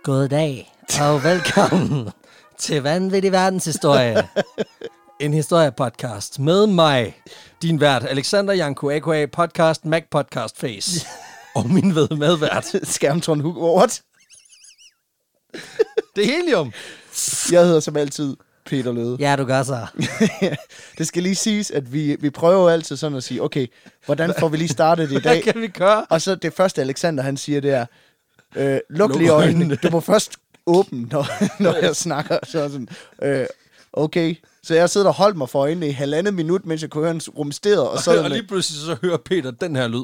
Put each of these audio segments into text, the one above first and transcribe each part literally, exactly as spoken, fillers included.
God dag, og velkommen til Vanvittig Verdenshistorie. En historiepodcast med mig, din vært, Alexander Janko, a k a. Podcast Mac Podcast Face. Og min ved medvært. Skærmtron Hug. What? Det er helium. Jeg hedder som altid Peter Løde. Ja, du gør så. Det skal lige siges, at vi, vi prøver jo altid sådan at sige, okay, hvordan får vi lige startet det i dag? Hvad kan vi gøre? Og så det første, Alexander han siger, det er, øh, luk lige øjnene. Du må først åbne, når, når jeg snakker. Så sådan, øh, okay. Så jeg sidder og holdt mig for øjnene i halvandet minut, mens jeg kunne høre en rumsteret. Og, så og lige pludselig så hører Peter den her lyd.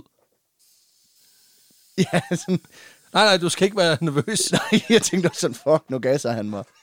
Ja, sådan. Nej, nej, du skal ikke være nervøs. Nej, jeg tænkte også sådan, fuck, nu gasser han mig.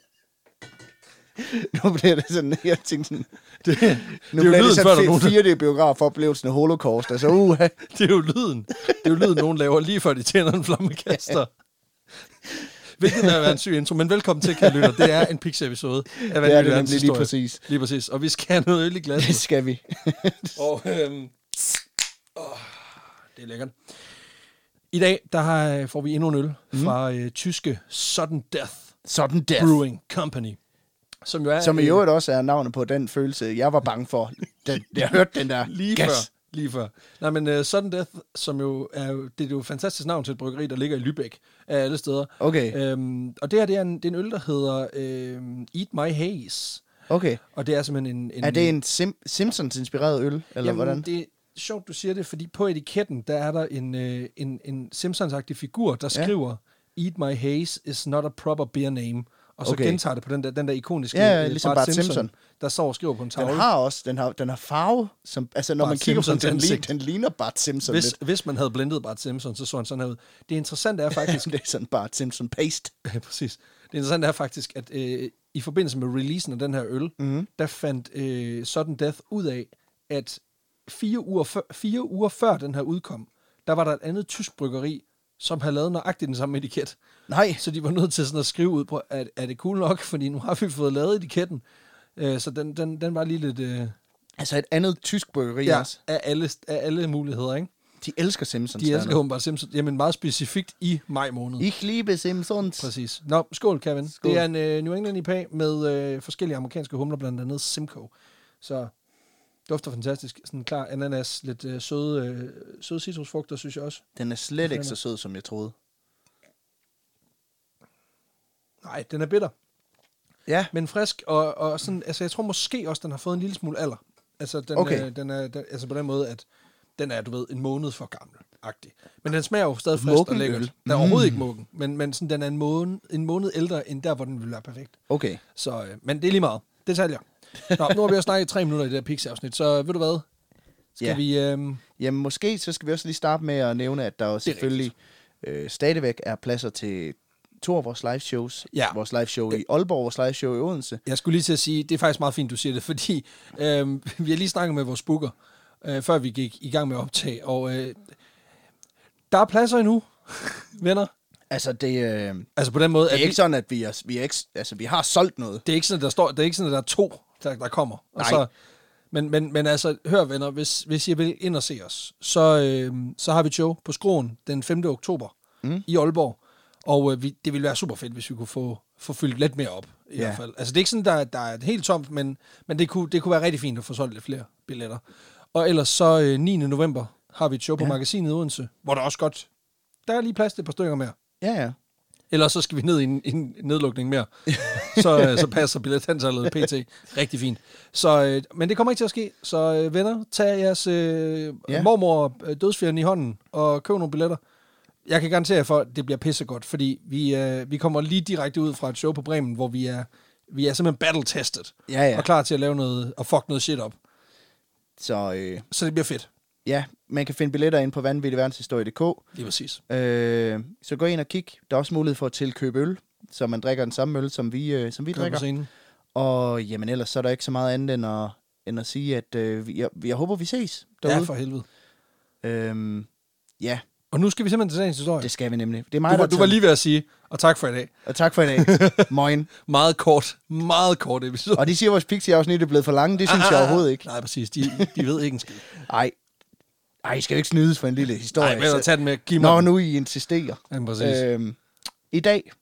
Nu bliver det sådan, jeg tænkte sådan, det, nu det bliver lyden, det sådan nogen... fire D-biograf for oplevelsen af Holocaust. Altså, uh, det er jo lyden. Det er jo lyden, nogen laver lige før de tænder en flammekaster. Hvilket er været en syg intro, men velkommen til, kære lytter. Det er en Pix-episode af det er det nemlig lige præcis. Lige præcis. Og vi skal have noget øl i glasset. Det skal vi. Og øhm, åh, det er lækkert. I dag, der har, får vi endnu en øl mm. fra øh, tyske Sudden Death, Sudden Death Brewing Company. Som jo er... Som i øvrigt også er navnet på den følelse, jeg var bange for. Den, jeg hørte den der lige gas. Før, lige før. Nej, men uh, Sudden Death, som jo er, det er jo et fantastisk navn til et bryggeri, der ligger i Lübeck af alle steder. Okay. Øhm, og det her, det er, en, det er en øl, der hedder øhm, Eat My Haze. Okay. Og det er simpelthen en... en er det en Sim- Simpsons-inspireret øl, eller jamen, hvordan? det er sjovt, du siger det, fordi på etiketten, der er der en, øh, en, en Simpsons-agtig figur, der ja. skriver, Eat My Haze is not a proper beer name. Og så okay. gentager det på den der, den der ikoniske ja, ligesom Bart, Bart Simpson, Simpson, der står og skriver på en tavle. Den har også, den har, den har farve, som, altså når Bart man kigger Simpsons på den, den, ansigt. den ligner Bart Simpson hvis, lidt. Hvis man havde blendet Bart Simpson, så så han sådan her ud. Det interessante er faktisk... det er sådan Bart Simpson paste. Ja, præcis. Det interessante er faktisk, at øh, i forbindelse med releasen af den her øl, mm-hmm. der fandt øh, Sudden Death ud af, at fire uger, før, fire uger før den her udkom, der var der et andet tysk bryggeri, som havde lavet nøjagtigt den samme etiket. Nej. Så de var nødt til sådan at skrive ud på, at er det cool nok, fordi nu har vi fået lavet etiketten. Øh, så den, den, den var lige lidt... Øh, altså et andet tysk bryggeri ja, også. af alle, af alle muligheder, ikke? De elsker Simpsons. De elsker åbenbart Simpsons. Jamen meget specifikt i maj måned. Ich liebe Simpsons. Præcis. Nå, skål, Kevin. Skål. Det er en øh, New England I P A med øh, forskellige amerikanske humler, blandt andet Simcoe. Så dufter fantastisk. Sådan klar ananas, lidt øh, søde, øh, søde citrusfrugter, synes jeg også. Den er slet ikke så sød, som jeg troede. Nej, den er bitter. Ja. Men frisk, og, og sådan, altså jeg tror måske også, den har fået en lille smule alder. Altså, den, okay. øh, den er, den, altså på den måde, at den er, du ved, en måned for gammel-agtig. Men den smager jo stadig frisk og lækkert. Den er mm. overhovedet ikke muggen, men, men sådan, den er en måned, en måned ældre, end der, hvor den ville være perfekt. Okay. Så, øh, men det er lige meget. Detaljer. Nå, nu har vi jo snakket i tre minutter i det her Pix-afsnit, så ved du hvad? Skal ja. vi... Øh... Jamen måske, så skal vi også lige starte med at nævne, at der jo selvfølgelig øh, stadigvæk er pladser til to af vores live shows. Ja. Vores live show i Aalborg, vores live show i Odense. Jeg skulle lige til at sige, det er faktisk meget fint, du siger det, fordi øh, vi har lige snakket med vores booker, øh, før vi gik i gang med at optage, og øh, der er pladser endnu, venner. Altså det, øh, altså på den måde, det er at ikke vi, sådan, at vi, er, vi, er ikke, altså, vi har solgt noget. Det er ikke sådan, at der står, det er ikke sådan, at der er to, der, der kommer. Og så, men, men, men altså, hør venner, hvis, hvis I vil ind og se os, så, øh, så har vi et show på Skroen den femte oktober mm. i Aalborg. Og øh, vi, det ville være super fedt, hvis vi kunne få, få fyldt lidt mere op, i ja. hvert fald. Altså, det er ikke sådan, der, der er helt tomt, men, men det, kunne, det kunne være rigtig fint at få solgt lidt flere billetter. Og ellers så øh, niende november har vi et show på ja. Magasinet i Odense, hvor der også godt... Der er lige plads til et par stykker mere. Ja, ja. Ellers så skal vi ned i en, en nedlukning mere. så, øh, så passer billettantallet pt. Rigtig fint. Så, øh, men det kommer ikke til at ske. Så øh, venner, tag jeres øh, ja. mormor øh, dødsfjern i hånden og køb nogle billetter. Jeg kan garantere jer for, at det bliver pissegodt, fordi vi, øh, vi kommer lige direkte ud fra et show på Bremen, hvor vi er, vi er simpelthen battle-testet. Ja, ja. Og klar til at lave noget, og fuck noget shit op. Så, øh, så det bliver fedt. Ja, man kan finde billetter ind på vanvittig verdenshistorie punktum d k. Lige præcis. Øh, så gå ind og kig. Der er også mulighed for at tilkøbe øl, så man drikker den samme øl, som vi, øh, som vi drikker. Og jamen ellers så er der ikke så meget andet end at, end at sige, at øh, vi, jeg, jeg håber, vi ses derude. Ja, for helvede. Øh, ja. Og nu skal vi simpelthen til dagens historie. Det skal vi nemlig. Det er mig, du, var, du var lige ved at sige, og tak for i dag. Og tak for i dag. Moin. Meget kort, meget kort episode. Og de siger, at vores Pixie-afsnit er blevet for lange. Det synes ah, jeg overhovedet ikke. Nej, præcis. De, de ved ikke en skid. Ej. Ej, I skal jo ikke snydes for en lille historie. Nej, men at tage den med. Giv mig Nå, nu I insisterer. Ja, præcis. Øhm, I dag,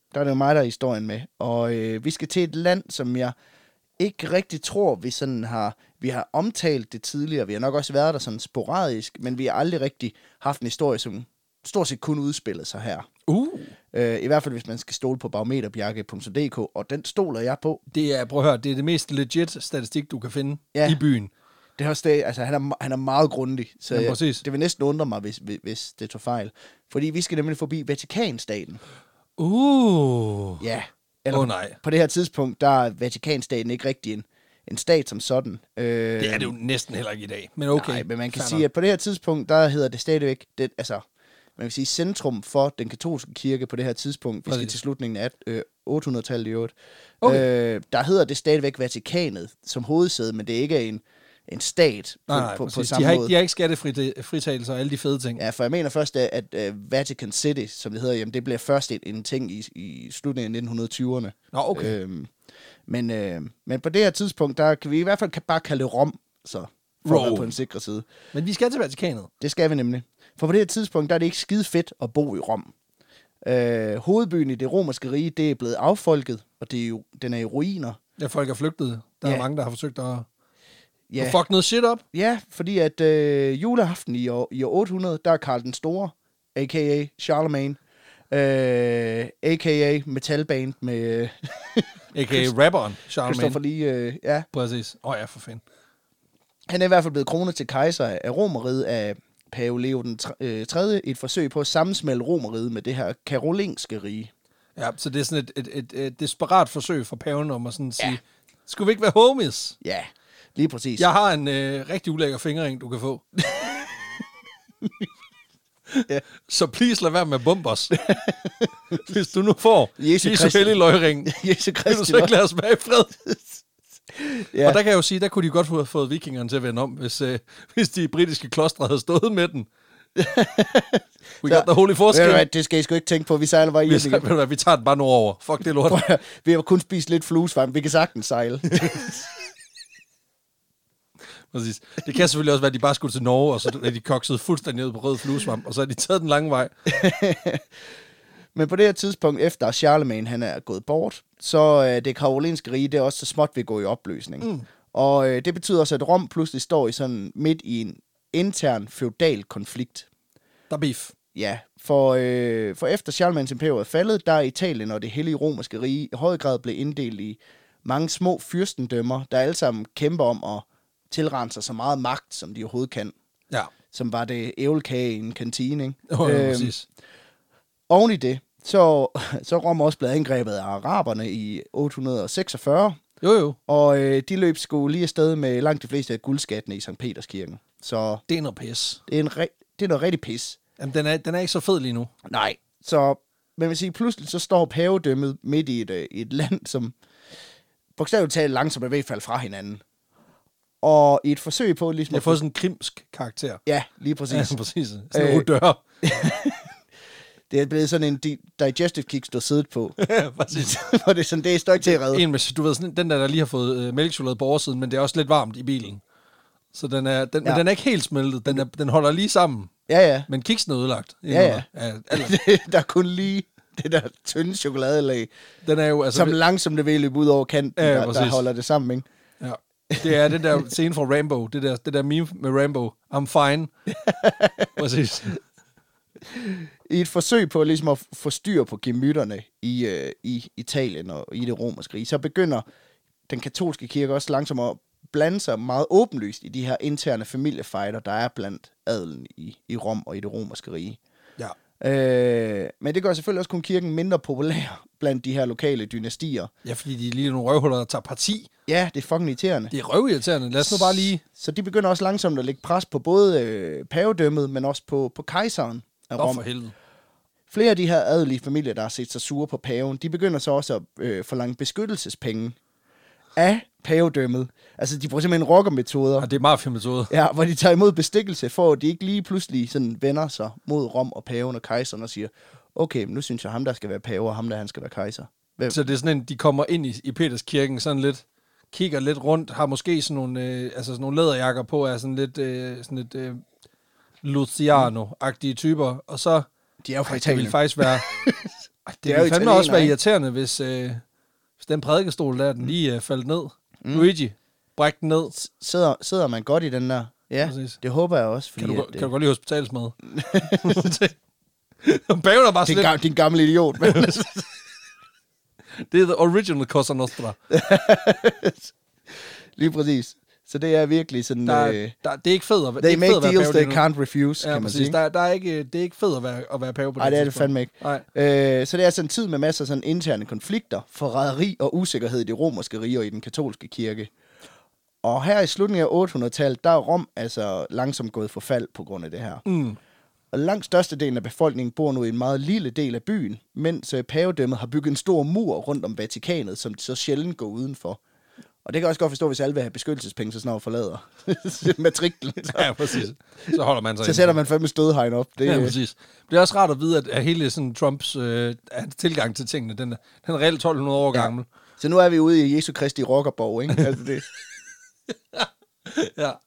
der er det jo mig, der er historien med. Og øh, vi skal til et land, som jeg ikke rigtig tror, vi sådan har... Vi har omtalt det tidligere, vi har nok også været der sådan sporadisk, men vi har aldrig rigtig haft en historie, som stort set kun udspillet sig her. Uh. Øh, I hvert fald, hvis man skal stole på barometerbjerke punktum d k, og den stoler jeg på. Det er, prøv at høre, det er det mest legit statistik, du kan finde Ja. i byen. Det er også det, altså han er, han er meget grundig, så Ja, jeg, præcis. det vil næsten undre mig, hvis, hvis det tog fejl. Fordi vi skal nemlig forbi Vatikanstaten. Uh. Ja. Åh oh, nej. På det her tidspunkt, der er Vatikanstaten ikke rigtig en, en stat som sådan. Øh, Det er det jo næsten heller ikke i dag, men okay. Nej, men man kan Fair sige, nok. at på det her tidspunkt, der hedder det stadigvæk, det, altså, man kan sige, centrum for den katolske kirke på det her tidspunkt, vi skal Præcis. til slutningen af øh, otte-hundrede-tallet i øvrigt, Okay. øh, der hedder det stadigvæk Vatikanet som hovedsæde, men det er ikke en, en stat på, Nej, nej, på, på præcis. samme de, har måde. ikke, de har ikke skattefritagelser og alle de fede ting. Ja, for jeg mener først, at, at uh, Vatican City, som det hedder, jamen, det bliver først en, en ting i, i slutningen af nitten tyverne. Nå, okay. Øhm, men, øh, men på det her tidspunkt, der kan vi i hvert fald kan bare kalde det Rom, så for at være Rome. på en sikre side. Men vi skal til Vatikanet. Det skal vi nemlig. For på det her tidspunkt, der er det ikke skide fedt at bo i Rom. Øh, hovedbyen i det romerske rige, det er blevet affolket, og det er jo, den er i ruiner. Ja, folk er flygtet. Der Ja. er mange, der har forsøgt at, Ja, at fuck noget shit op. ja fordi at øh, juleaften i år, i år otte hundrede, der er Karl den Store, a k a. Charlemagne, øh, a k a metalband med øh, A K A rapperen Charlemagne. Christopher Lee. Øh, ja. Præcis. Åh oh, ja, for fanden. Han er i hvert fald blevet kronet til kejser af Romeriet af Pave Leo den tredje i et forsøg på at sammensmelte Romeriet med det her karolinske rige. Ja, så det er sådan et, et, et, et desperat forsøg fra paven om at sådan sige, Ja. skulle vi ikke være homies? Ja, lige præcis. Jeg har en øh, rigtig ulækker fingering, du kan få. Ja. Så please lad være med at bombe os. Hvis du nu får Jesu Jesu Kristi- hellige løgring, Jesu kan du Kristi så ikke lade os være i fred? Ja. Og der kan jeg jo sige, der kunne de godt få fået vikingerne til at vende om, hvis, øh, hvis de britiske klostre havde stået med den. We got the holy Ved du forskel. hvad, det skal I sgu ikke tænke på. Vi sejler bare Vi, hjem igen. ved du hvad, vi tager den bare nordover. Fuck det lort. Vi har kun spist lidt fluesvamp. Vi kan sagtens sejle. Præcis. Det kan selvfølgelig også være, at de bare skulle til Norge, og så er de kokset fuldstændig ud på rød fluesvamp, og så har de taget den lange vej. Men på det her tidspunkt, efter at Charlemagne han er gået bort, så øh, det karolinske rige, det er også så småt vil gå i opløsning. Mm. Og øh, det betyder også, at Rom pludselig står i sådan midt i en intern feudal konflikt. Der er beef. Ja, for, øh, for efter Charlemagnes imperium er faldet, der er Italien og det hellige romerske rige i høj grad blevet inddelt i mange små fyrstendømmer, der alle sammen kæmper om at tilrane sig så meget magt, som de overhovedet kan. Ja. Som var det ævlekage i en kantine, ikke? Oh, ja, præcis. Oven i det, så, så er Rom også blevet angrebet af araberne i otte hundrede seksogfyrre, Jo, jo. og øh, de løb sgu lige afsted med langt de fleste af guldskattene i Sankt Peterskirken. Så Det er noget pis. det er, en re- det er noget rigtig pis. Jamen, den er, den er ikke så fed lige nu. Nej, så man vil sige, pludselig så står pavedømmet midt i et, øh, i et land, som bogstaveligt talt langsomt er ved at falde fra hinanden. Og i et forsøg på ligesom... Jeg har fået sådan en krimsk karakter. Ja, lige præcis. Ja, præcis. Sådan Øh. nogle dør. Det er blevet sådan en di- digestive kick, du har siddet på. Ja, præcis. Hvor det er sådan, det er står ikke til at redde. En med, du ved, sådan, den der, der lige har fået øh, mælkechokolade på oversiden, men det er også lidt varmt i bilen. Så den er, den, ja. Ja. Men den er ikke helt smeltet. Den, er, den holder lige sammen. Ja, ja. Men kiksen er ødelagt. Ja, ja. ja alt- Der er kun lige det der tynde chokoladelag, den er jo, altså... som langsomt det vil løbe ud over kanten, Ja, ja, der, der præcis. holder det sammen, ikke? Ja. Det er den der scene fra Rambo. Det der, det der meme med Rambo. I'm fine. Præcis. I et forsøg på ligesom at få styr på gemytterne i, øh, i Italien og i det romerske rige, så begynder den katolske kirke også langsomt at blande sig meget åbenlyst i de her interne familiefejder, der er blandt adelen i, i Rom og i det romerske rige. Ja. Øh, men det gør selvfølgelig også kun kirken mindre populær blandt de her lokale dynastier. Ja, fordi de er lige nogle røvhuller, der tager parti. Ja, det er fucking irriterende. Det er røvirriterende. Lad os nu bare lige... Så de begynder også langsomt at lægge pres på både øh, pavedømmet, men også på, på kejseren af Nå Rom. for helvede. Flere af de her adelige familier, der har set sig sure på paven, de begynder så også at øh, forlange beskyttelsespenge af pavedømmet. Altså, de bruger simpelthen rockermetoder, Ja, det er mafia-metode. ja, hvor de tager imod bestikkelse, for at de ikke lige pludselig sådan vender sig mod Rom og paven og kejseren og siger, okay, nu synes jeg, ham der skal være pave, og ham der han skal være kejser. Hvem? Så det er sådan en, de kommer ind i, i Peterskirken sådan lidt, kigger lidt rundt, har måske sådan nogle, øh, altså sådan nogle læderjakker på, er sådan lidt, øh, sådan lidt øh, Luciano-agtige typer, og så De er jo fra det Italien. ville faktisk være, Ej, det, det ville fandme også være irriterende, hvis, øh, hvis den prædikestol der, den lige øh, faldt ned. Mm. Luigi, bræk den ned. Sidder, sidder man godt i den der? Ja, præcis. Det håber jeg også. Fordi kan, du, at, kan du godt lide hospitalsmad? Paven er bare din, ga- din gamle idiot. Det er the original Cosa Nostra. Lige præcis. Så det er virkelig sådan... Der, øh, der, det er ikke fedt at, they det er ikke make fed at deals være they can't refuse, ja, kan man præcis. sige. Der, der er ikke, det er ikke fedt at være, at være pave på det. Nej, det er det fandme ikke. Nej. Øh, så det er sådan en tid med masser af sådan interne konflikter, forræderi og usikkerhed i det romerske rige og i den katolske kirke. Og her i slutningen af ottehundredetallet, der er Rom altså langsomt gået for fald på grund af det her. Mm. Og langt størstedelen af befolkningen bor nu i en meget lille del af byen, mens pavedømmet har bygget en stor mur rundt om Vatikanet, som så sjældent går udenfor. Og det kan jeg også godt forstå, hvis alle vil have beskyttelsespenge, så snart forlader matriklen. Ja, præcis. Så holder man sig Så sætter man fandme stødhegn op. Det, ja, præcis. Det er også rart at vide, at, at hele sådan Trumps øh, tilgang til tingene, den er, den er reelt tolv hundrede år ja. gammel. Så nu er vi ude i Jesu Kristi rockerborg, ikke? Altså det. Ja.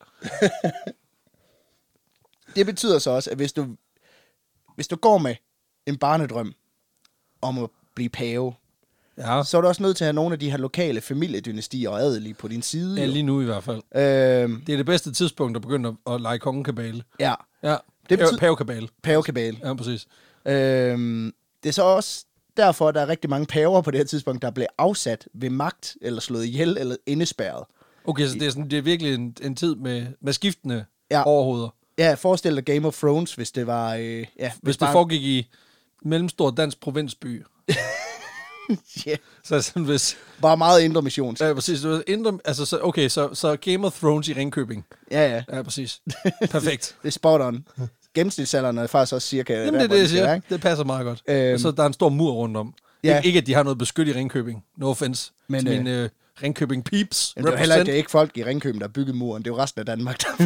Det betyder så også, at hvis du, hvis du går med en barnedrøm om at blive pave, ja. så er du også nødt til at have nogle af de her lokale familiedynastier og adelige på din side. Ja, lige nu i hvert fald. Øhm, det er det bedste tidspunkt at begynde at, at lege kongekabale. Ja. Ja, det betyder pavekabale. Pavekabale. Ja, præcis. Øhm, det er så også derfor, at der er rigtig mange paver på det her tidspunkt, der blev afsat ved magt, eller slået ihjel, eller indespærret. Okay, så det er, sådan, det er virkelig en, en tid med, med skiftende ja. overhoveder. Ja, forestil dig Game of Thrones, hvis det var... Øh, ja, hvis, hvis det bare... foregik i mellemstor dansk provinsby. yeah. Så sådan hvis... Bare meget indre missions. Ja, præcis. Indre, altså, så, okay, så, så Game of Thrones i Ringkøbing. Ja, ja. Ja, præcis. Perfekt. Det er spot on. Gennemsnitsalderen er faktisk også cirka... Jamen, det er det, jeg siger. Det passer meget godt. Øhm... Og så der er en stor mur rundt om. Ja. Ik- ikke, at de har noget beskyt i Ringkøbing. No offense. Men, til øh... mine øh, Ringkøbing peeps. Men det er heller ikke, det er ikke folk i Ringkøbing, der har bygget muren. Det er jo resten af Danmark, der...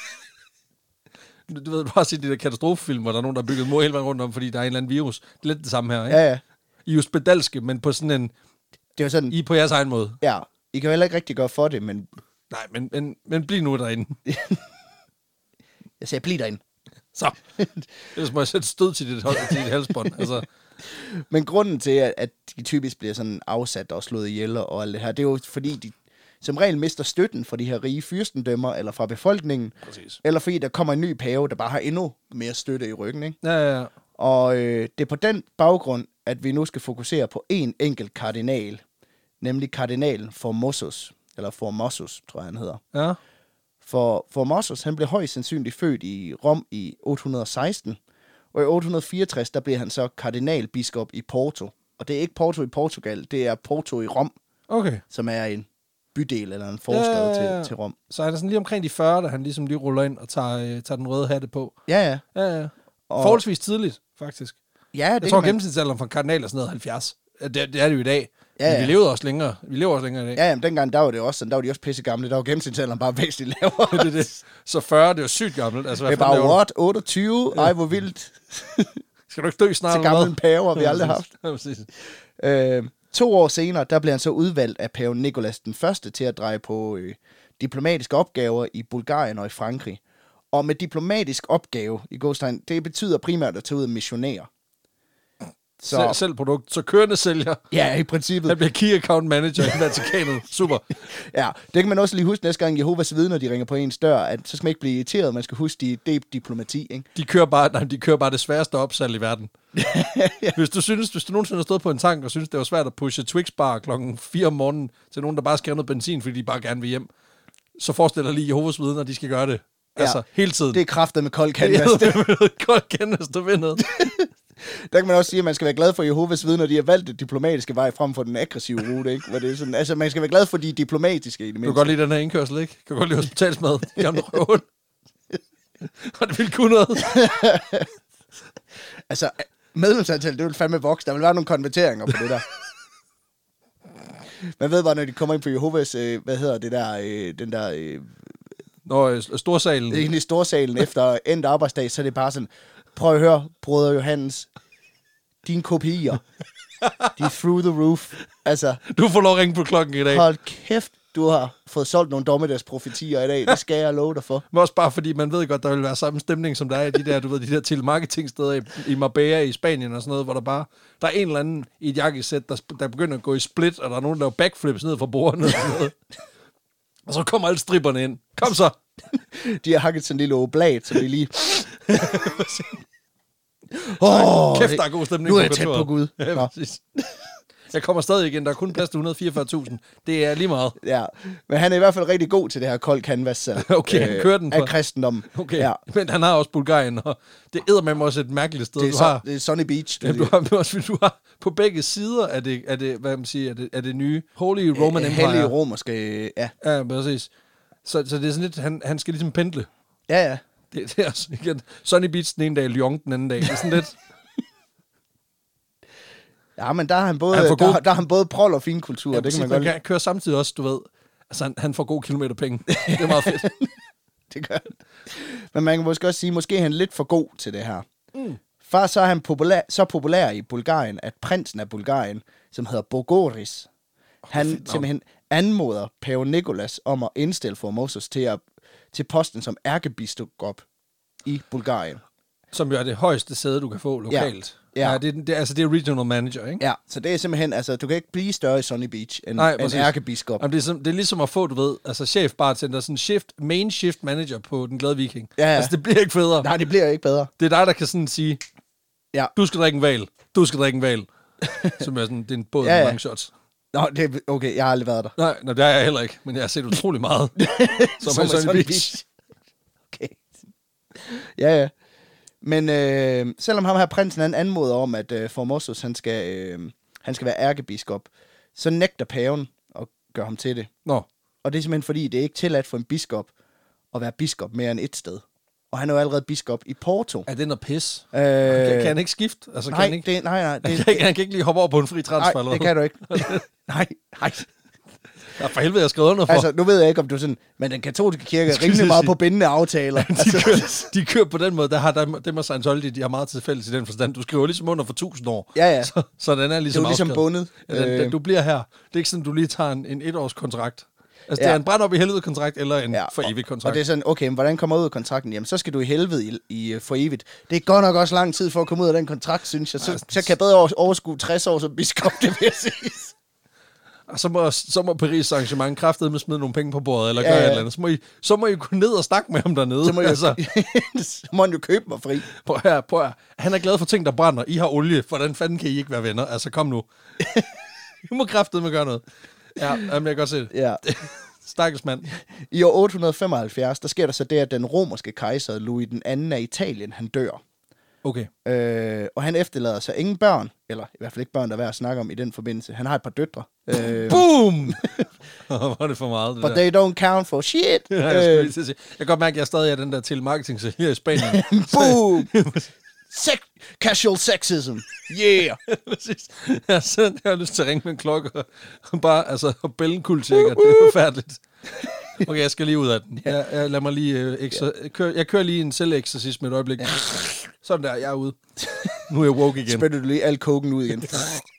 Du ved, bare sige de der katastrofefilm, hvor der er nogen, der har bygget mur hele vejen rundt om, fordi der er en eller anden virus. Det er lidt det samme her, ikke? Ja, ja. I er jo spedalske, men på sådan en... Det er sådan... I på jeres egen måde. Ja, I kan jo heller ikke rigtig gøre for det, men... Nej, men, men, men bliv nu derinde. Jeg sagde, bliv derinde. Så. Ellers må jeg sætte stød til dit, til dit halsbånd. Altså. Men grunden til, at de typisk bliver sådan afsat og slået ihjel og alt det her, det er jo fordi, de som regel mister støtten fra de her rige fyrstendømmer, eller fra befolkningen. Præcis. Eller fordi der kommer en ny pave, der bare har endnu mere støtte i ryggen, ikke? Ja, ja, ja. Og øh, det er på den baggrund, at vi nu skal fokusere på en enkelt kardinal, nemlig kardinalen Formosus, eller Formosus, tror jeg, han hedder. Ja. For Formosus, han blev højst sandsynligt født i Rom i otte hundrede og seksten, og i otte hundrede og fireogtres, der blev han så kardinalbiskop i Porto. Og det er ikke Porto i Portugal, det er Porto i Rom, okay. Som er en bydel eller en forstad ja, ja, ja. Til, til Rom. Så er der sådan lige omkring de fyrre, der han ligesom lige ruller ind og tager, øh, tager den røde hatte på. Ja, ja. Ja, ja. Og forholdsvis tidligt, faktisk. Ja, det jeg tror, man... gennemsnitsalderen for kardinal er sådan noget halvfjerds. Det, det er det jo i dag. Ja, ja. Vi lever også længere. Vi lever også længere i dag. Ja, jamen, dengang der var det også sådan, der var de også pisse gamle. Der var gennemsnitsalderen bare væsentligt lavere. det, det. Så fyrre, det er jo sygt gammelt. Altså, det er bare, what? otteogtyve? Ja. Ej, hvor vildt. Skal du ikke dø snart? Til gamle paver, vi aldrig har haft. Ja, præcis. Øh, to år senere, der blev han så udvalgt af paven Nikolas den første til at dreje på øh, diplomatiske opgaver i Bulgarien og i Frankrig. Og med diplomatisk opgave i Godstein, det betyder primært at tage ud og missionere. Så. Sel- selv produkt, så kørende sælger. Ja, i princippet. Han bliver key account manager i Vatikanet. Super. Ja, det kan man også lige huske næste gang Jehovas vidner, de ringer på ens dør, at så skal man ikke blive irriteret, man skal huske, de, det er diplomati, ikke? De kører bare, nej, de kører bare det sværeste opsalg i verden. ja. Hvis du synes, hvis du nogensinde har stået på en tank og synes, det var svært at pushe Twix-bar klokken fire om morgenen til nogen, der bare skal have noget benzin, fordi de bare gerne vil hjem, så forestil dig lige Jehovas vidner, de skal gøre det. Altså, ja, hele tiden. Det er kraftet med kold canvas. Det er kold canvas, du ved noget. Der kan man også sige, at man skal være glad for Jehovas vidner, de har valgt det diplomatiske vej frem for den aggressive rute, ikke? Hvor det er sådan, altså, man skal være glad for de diplomatiske i det mindste. Du kan godt lide den her indkørsel, ikke? Du kan godt lide hospitalsmad. Gamle røven. Og det vil kunne noget. Altså, medlemsantal, det vil fandme vokse. Der vil være nogle konverteringer på det der. Man ved bare, når de kommer ind på Jehovas, øh, hvad hedder det der, øh, den der... Øh, Nå, storsalen. Egentlig i storsalen efter endt arbejdsdag, så er det bare sådan, prøv at høre, broder Johannes, dine kopier, de er through the roof. Altså, du får lov at ringe på klokken i dag. Hold kæft, du har fået solgt nogle dommedagsprofetier i dag. Det skal jeg love dig for. Men også bare fordi, man ved godt, der vil være samme stemning, som der er i de der, du ved, de der telemarketingsteder i, i Marbella i Spanien og sådan noget, hvor der bare, der er en eller anden i et jakkesæt, der, der begynder at gå i split, og der er nogen, der laver backflips ned fra bordene og sådan noget. Og så kommer alle stripperne ind. Kom så! De har hakket sådan en lille oblat, så det er lige... Åh, oh, kæft, der er god stemning. Nu er jeg tæt på Gud. Ja, præcis. Jeg kommer stadig igen. Der er kun plads til et hundrede og fireogfyrre tusind. Det er lige meget. Ja, men han er i hvert fald rigtig god til det her kold canvas. Okay, han kører den på. Af kristendommen. Okay, ja. Men han har også Bulgarien, og det æder med mig også et mærkeligt sted. Det er, du så, har, det er Sunny Beach. Du, ja, du, har, også, du har på begge sider af det, af det, hvad man siger, af det, af det nye Holy Roman Empire. Hellige romerske, ja. Ja, præcis. Så, så det er sådan lidt, han, han skal ligesom pendle. Ja, ja. Det, det er altså igen, Sunny Beach den ene dag, Lyon den anden dag. Det er sådan lidt... Ja, men der har han både, han der, god... der har han både prol og finkultur. Ja, det kan man, man godt kan køre samtidig også, du ved. Altså, han, han får gode kilometerpenge. Det er meget fedt. Det gør han. Men man kan måske også sige, måske er han lidt for god til det her. Mm. Far så er han populær, så populær i Bulgarien, at prinsen af Bulgarien, som hedder Bogoris, oh, han fedt, simpelthen anmoder pave Nikolas om at indstille Formosus til, at, til posten som ærkebiskop i Bulgarien. Som jo er det højeste sæde, du kan få lokalt. Ja, ja. ja det, det, altså det er regional manager, ikke? Ja, så det er simpelthen, altså du kan ikke blive større i Sunny Beach end Nej, en ærkebiskop. Jamen, det, er som, det er ligesom at få, du ved, altså chef bartender, sådan shift, main shift manager på Den Glade Viking. Ja, ja. Altså det bliver ikke federe. Nej, det bliver ikke bedre. Det er dig, der kan sådan sige, ja. Du skal drikke en val, du skal drikke en val. Som er sådan, det er en båd ja, ja. med mange shots. Nå, det er, okay, jeg har aldrig været der. Nej, nej, det har jeg heller ikke, men jeg har set utrolig meget. som, som er Sunny Beach. Beach. Okay. Ja, ja. Men øh, selvom ham her prinsen han anmoder om, at øh, Formosus han skal, øh, han skal være ærkebiskop, så nægter paven at gøre ham til det. Nå. Og det er simpelthen fordi, det er ikke tilladt for en biskop at være biskop mere end et sted. Og han er jo allerede biskop i Porto. Er det noget pis? Øh, kan, kan han ikke skifte? Altså, nej, kan han, ikke, det, nej, nej. Det, han, kan, han kan ikke lige hoppe over på en fri transfer? Nej, det kan du ikke. nej, nej. Ja, for helvede, jeg skrevet under for. Altså, nu ved jeg ikke, om du sådan... Men den katolske kirke er rimelig meget på bindende aftaler. de, altså. kører, de kører på den måde. Der har der, dem og Scientology, de har meget til fælles i den forstand. Du skriver ligesom under for tusind år. Ja, ja. Så, så den er ligesom det er ligesom bundet. Ja, den, den, du bliver her. Det er ikke sådan, du lige tager en, en etårs kontrakt. Altså, ja. Det er en brænd op i helvede kontrakt, eller en ja, for evigt kontrakt. Og det er sådan, okay, men hvordan kommer ud af kontrakten? Jamen, så skal du i helvede i, i for evigt. Det er godt nok også lang tid for at komme ud af den kontrakt, synes jeg. Så, ja, så kan jeg bedre overskue tres år som biskop, det vil jeg sige. Og så må, så må Paris arrangement kraftedeme smide nogle penge på bordet, eller ja, gøre ja. et eller andet. Så må, I, så må I gå ned og snakke med ham dernede. Så må, altså. så må han jo købe mig fri. Prøv her, prøv her. Han er glad for ting, der brænder. I har olie. Hvordan fanden kan I ikke være venner? Altså, kom nu. I må kraftedeme gøre noget. Ja, jamen, jeg kan godt se det. Ja. Stakkels mand. I år otte hundrede femoghalvfjerds, der sker der så det, at den romerske kejser, Louis den anden af Italien, han dør. Okay. Øh, og han efterlader sig ingen børn, eller i hvert fald ikke børn, der er værd at snakke om i den forbindelse. Han har et par døtre. Øh, Boom! Hvor er det for meget, det But der. they don't count for shit. Ja, jeg, øh, jeg kan godt mærke, at jeg stadig er den der telemarketing her i Spanien. Boom! Sex- casual sexism. Yeah! Præcis. Jeg, jeg har lyst til at ringe med en klokke og bare, altså, og bællenkultjekker. Det er forfærdeligt. Okay, jeg skal lige ud af den. Jeg, jeg, lad mig lige, øh, ekser- jeg, kører, jeg kører lige en selveksorcisme et øjeblik. Sådan der, jeg er ude. Nu er jeg woke igen. Spænder du lige al koken ud igen.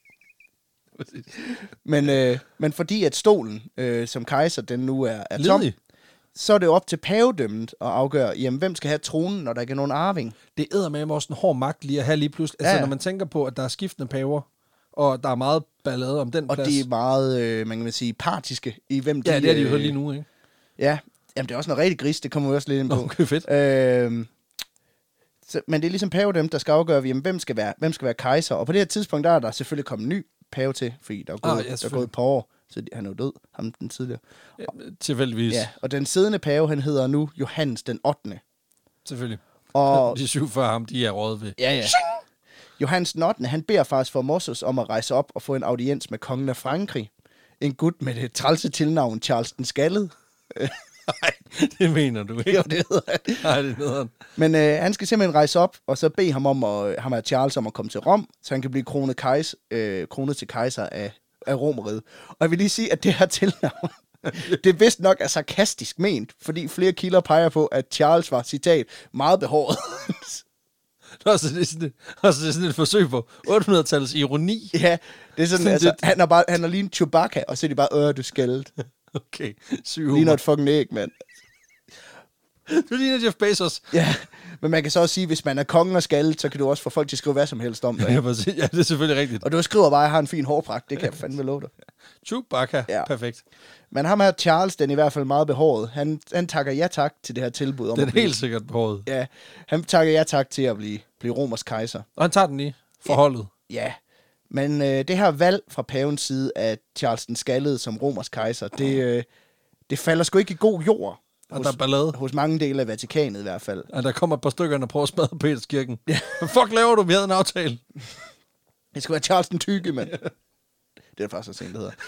men, øh, men fordi at stolen øh, som kejser, den nu er, er tom, så er det op til pavedømmet at afgøre, jamen, hvem skal have tronen, når der ikke er nogen arving. Det æder med mig også en hård magt lige at have lige pludselig. Altså, ja. Når man tænker på, at der er skiftende paver, og der er meget ballade om den og plads. Og de er meget, øh, man kan sige, partiske i, hvem de... Ja, det er de jo øh, lige nu, ikke? Ja, jamen det er også noget rigtig gris, det kommer vi også lidt ind på. Okay, fedt. Øh, så, men det er ligesom pavedømmet, der skal afgøre, jamen, hvem, skal være, hvem skal være kejser. Og på det her tidspunkt, der er der selvfølgelig kommet en ny pave til, fordi der er gået, ah, ja, der er gået et par år. Så han er jo død, ham den tidligere. Ja, tilfældigvis. Ja, og den siddende pave, han hedder nu Johannes den ottende. Selvfølgelig. Og de syv før ham, de er rådet ved. Ja, ja. Johannes den ottende, han beder faktisk Formosus om at rejse op og få en audiens med kongen af Frankrig. En gut med det trælse tilnavn Charles den Skaldede. Nej, det mener du ikke. Jo, det hedder han. Nej, det hedder han. Men øh, han skal simpelthen rejse op, og så bede ham om at, ham af Charles om at komme til Rom, så han kan blive kronet, kejs, øh, kronet til kejser af af Romeriet. Og jeg vil lige sige, at det her tilnavn, det vist nok er sarkastisk ment, fordi flere kilder peger på, at Charles var, citat, meget behåret. Nå, så det er sådan et, altså det er sådan et forsøg på otte hundrede-tallets ironi. Ja, det er sådan, sådan altså, det... han er bare, han er lige en Chewbacca, og så er de bare, øh, du skældet. Okay, syg humor. Ligner et fucking æg, mand. Du ligner Jeff Bezos. Ja, men man kan så også sige, hvis man er kongen og skaldet, så kan du også få folk til at skrive hvad som helst om det. Ja, præcis. Ja, det er selvfølgelig rigtigt. Og du skriver bare, at jeg har en fin hårpragt. Det kan jeg fandme love dig. Chewbacca. Ja. Perfekt. Men ham her, Charles, den er i hvert fald meget behåret. Han, han takker ja tak til det her tilbud. Om Den at er blive, helt sikkert på hovedet. Ja, han takker ja tak til at blive, blive romersk kejser. Og han tager den lige forholdet. Ja, men øh, det her valg fra pavens side af Charles den Skaldede som romersk kejser, det, øh, det falder sgu ikke i god jord. Og Hos, der er ballade. hos mange dele af Vatikanet i hvert fald. Og der kommer et par stykker, der prøver at smadre Peterskirken. Ja. Hvad fuck laver du? Vi havde en aftale. Det skal være Charles den Tykke, mand. Det er faktisk også en, det hedder.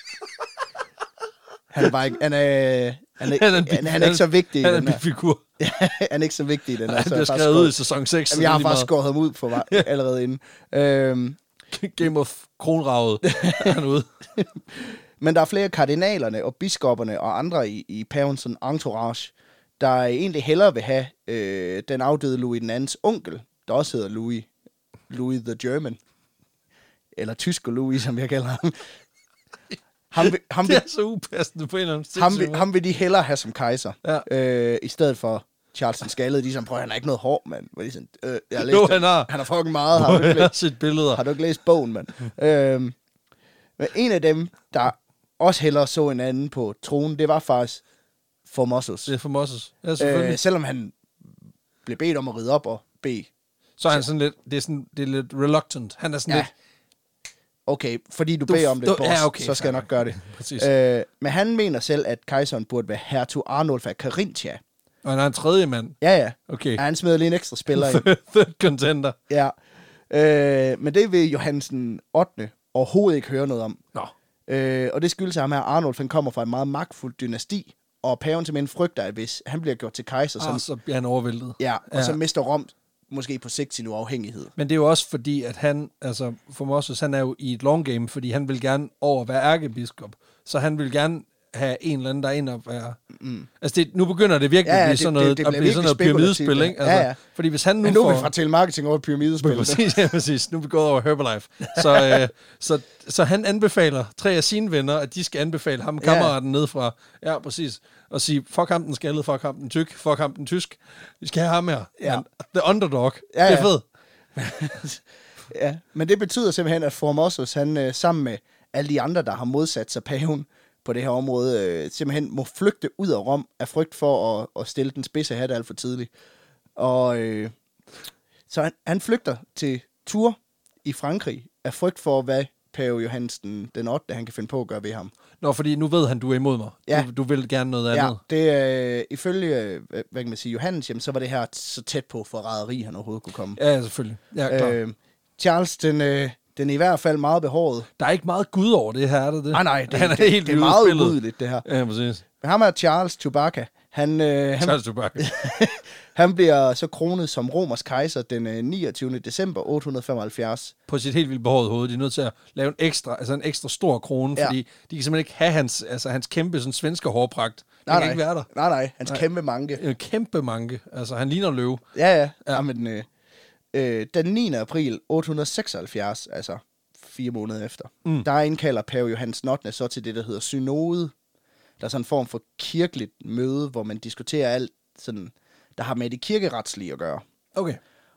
Han er bare ikke, han er, han er, han er, han, han er ikke så vigtig han i er den en her. figur. Han er ikke så vigtig i den her. Han bliver skrevet ud i sæson seks. Jamen, jeg har faktisk skåret ham ud for allerede inden. Øhm, Game of Kronraget er han ude. Men der er flere kardinalerne og biskopperne og andre i, i pavens sådan entourage, der egentlig hellere vil have øh, den afdøde Louis den andens onkel, der også hedder Louis, Louis the German. Eller tysker Louis, som jeg kalder ham. ham, vil, ham det er vil, så upassende på en eller anden ham, vil, ham vil de hellere have som kejser, ja. øh, i stedet for Charles den Skaldede. De som prøver, han har ikke noget hår, mand. Hvor de sådan, øh, jeg har læst jo, det. han har. Han har fucking meget. Har du ikke jeg har læst, set billeder. har du ikke læst bogen, mand? øhm, men en af dem, der også hellere så en anden på tronen, det var faktisk Formosus. Det er Formosus. Ja, selvfølgelig. Øh, selvom han blev bedt om at ride op og bede. Så er han sådan lidt, det er sådan, det er lidt reluctant. Han er sådan Ja. lidt... Okay, fordi du, Du- beder om det, du- boss, ja, okay, så skal jeg fair nok gøre det. Præcis. Øh, men han mener selv, at kejseren burde være hertug Arnulf af Carinthia. Og han er en tredje mand. Ja, ja. Okay. Ja, han smider lige en ekstra spiller ind. Third contender. Ja. Øh, men det vil Johansen ottende overhovedet ikke høre noget om. Nå. Øh, og det skyldes, at ham her Arnulf, han kommer fra et meget magtfuldt dynasti, og paven simpelthen frygter, at hvis han bliver gjort til kejser, så, Og så bliver han overvældet. ja, og Ja. så mister Rom måske på sigt sin uafhængighed. Men det er jo også fordi, at han, altså Formosus, han er jo i et long game, fordi han vil gerne over være ærkebiskop. Så han vil gerne have en eller anden, der er ind og være... Mm. Altså, det, nu begynder det virkelig Ja, ja, at blive det- sådan noget, det- det at bliver blive sådan noget virkelig pyramidespil, spekulativt, ikke? ja. Altså, Ja, ja. Fordi hvis han nu Men nu er får... vi fra telemarketing over pyramidespil. Præcis, ja, præcis. Nu er vi gået over Herbalife. Så, øh, så, så han anbefaler tre af sine venner, at de skal anbefale ham, kammeraten ned fra, ja, præcis, og sige, fuck ham den skaldede, fuck ham den tyk, fuck ham den tysk. Vi skal have ham her. Ja. Han, the underdog. Ja, Det er ja. fedt. Ja, men det betyder simpelthen, at Formosus, han øh, sammen med alle de andre, der har modsat sig paven på det her område, øh, simpelthen må flygte ud af Rom af frygt for at, at stille den spidse hat alt for tidligt. Og øh, så han, han flygter til Tours i Frankrig af frygt for, hvad pave Johannes den, den ottende han kan finde på at gøre ved ham. Nå, fordi nu ved han, du er imod mig. Ja. Du, du vil gerne noget Ja, andet. det er øh, ifølge, øh, hvad kan man sige, Johannes, jamen, så var det her så tæt på forræderi, han overhovedet kunne komme. Ja, selvfølgelig. Ja, klar. Øh, Charles, den, øh, den er i hvert fald meget behåret. Der er ikke meget Gud over det her, er der det? Nej, nej, det, han er det, helt det er ude af meget spillet. ugudeligt, det her. Ja, præcis. Men ham er Charles Chewbacca. Han, øh, han, Charles Chewbacca. han bliver så kronet som romersk kejser den øh, niogtyvende december otte hundrede femoghalvfjerds. På sit helt vildt behårede hoved. De er nødt til at lave en ekstra, altså en ekstra stor krone, Ja. fordi de kan simpelthen ikke have hans, altså hans kæmpe sådan, svenske hårpragt. Det Nej, kan nej. ikke være der. Nej, nej, hans Nej. kæmpe manke. En kæmpe manke. Altså, han ligner en løve. Ja, ja. Ja. ja. Jamen, øh, øh, den niende april otte hundrede seksoghalvfjerds, altså fire måneder efter, mm. der indkalder pave Johannes den ottende så til det, der hedder synode. Der er sådan en form for kirkeligt møde, hvor man diskuterer alt, sådan, der har med det kirkeretslige at gøre. Okay.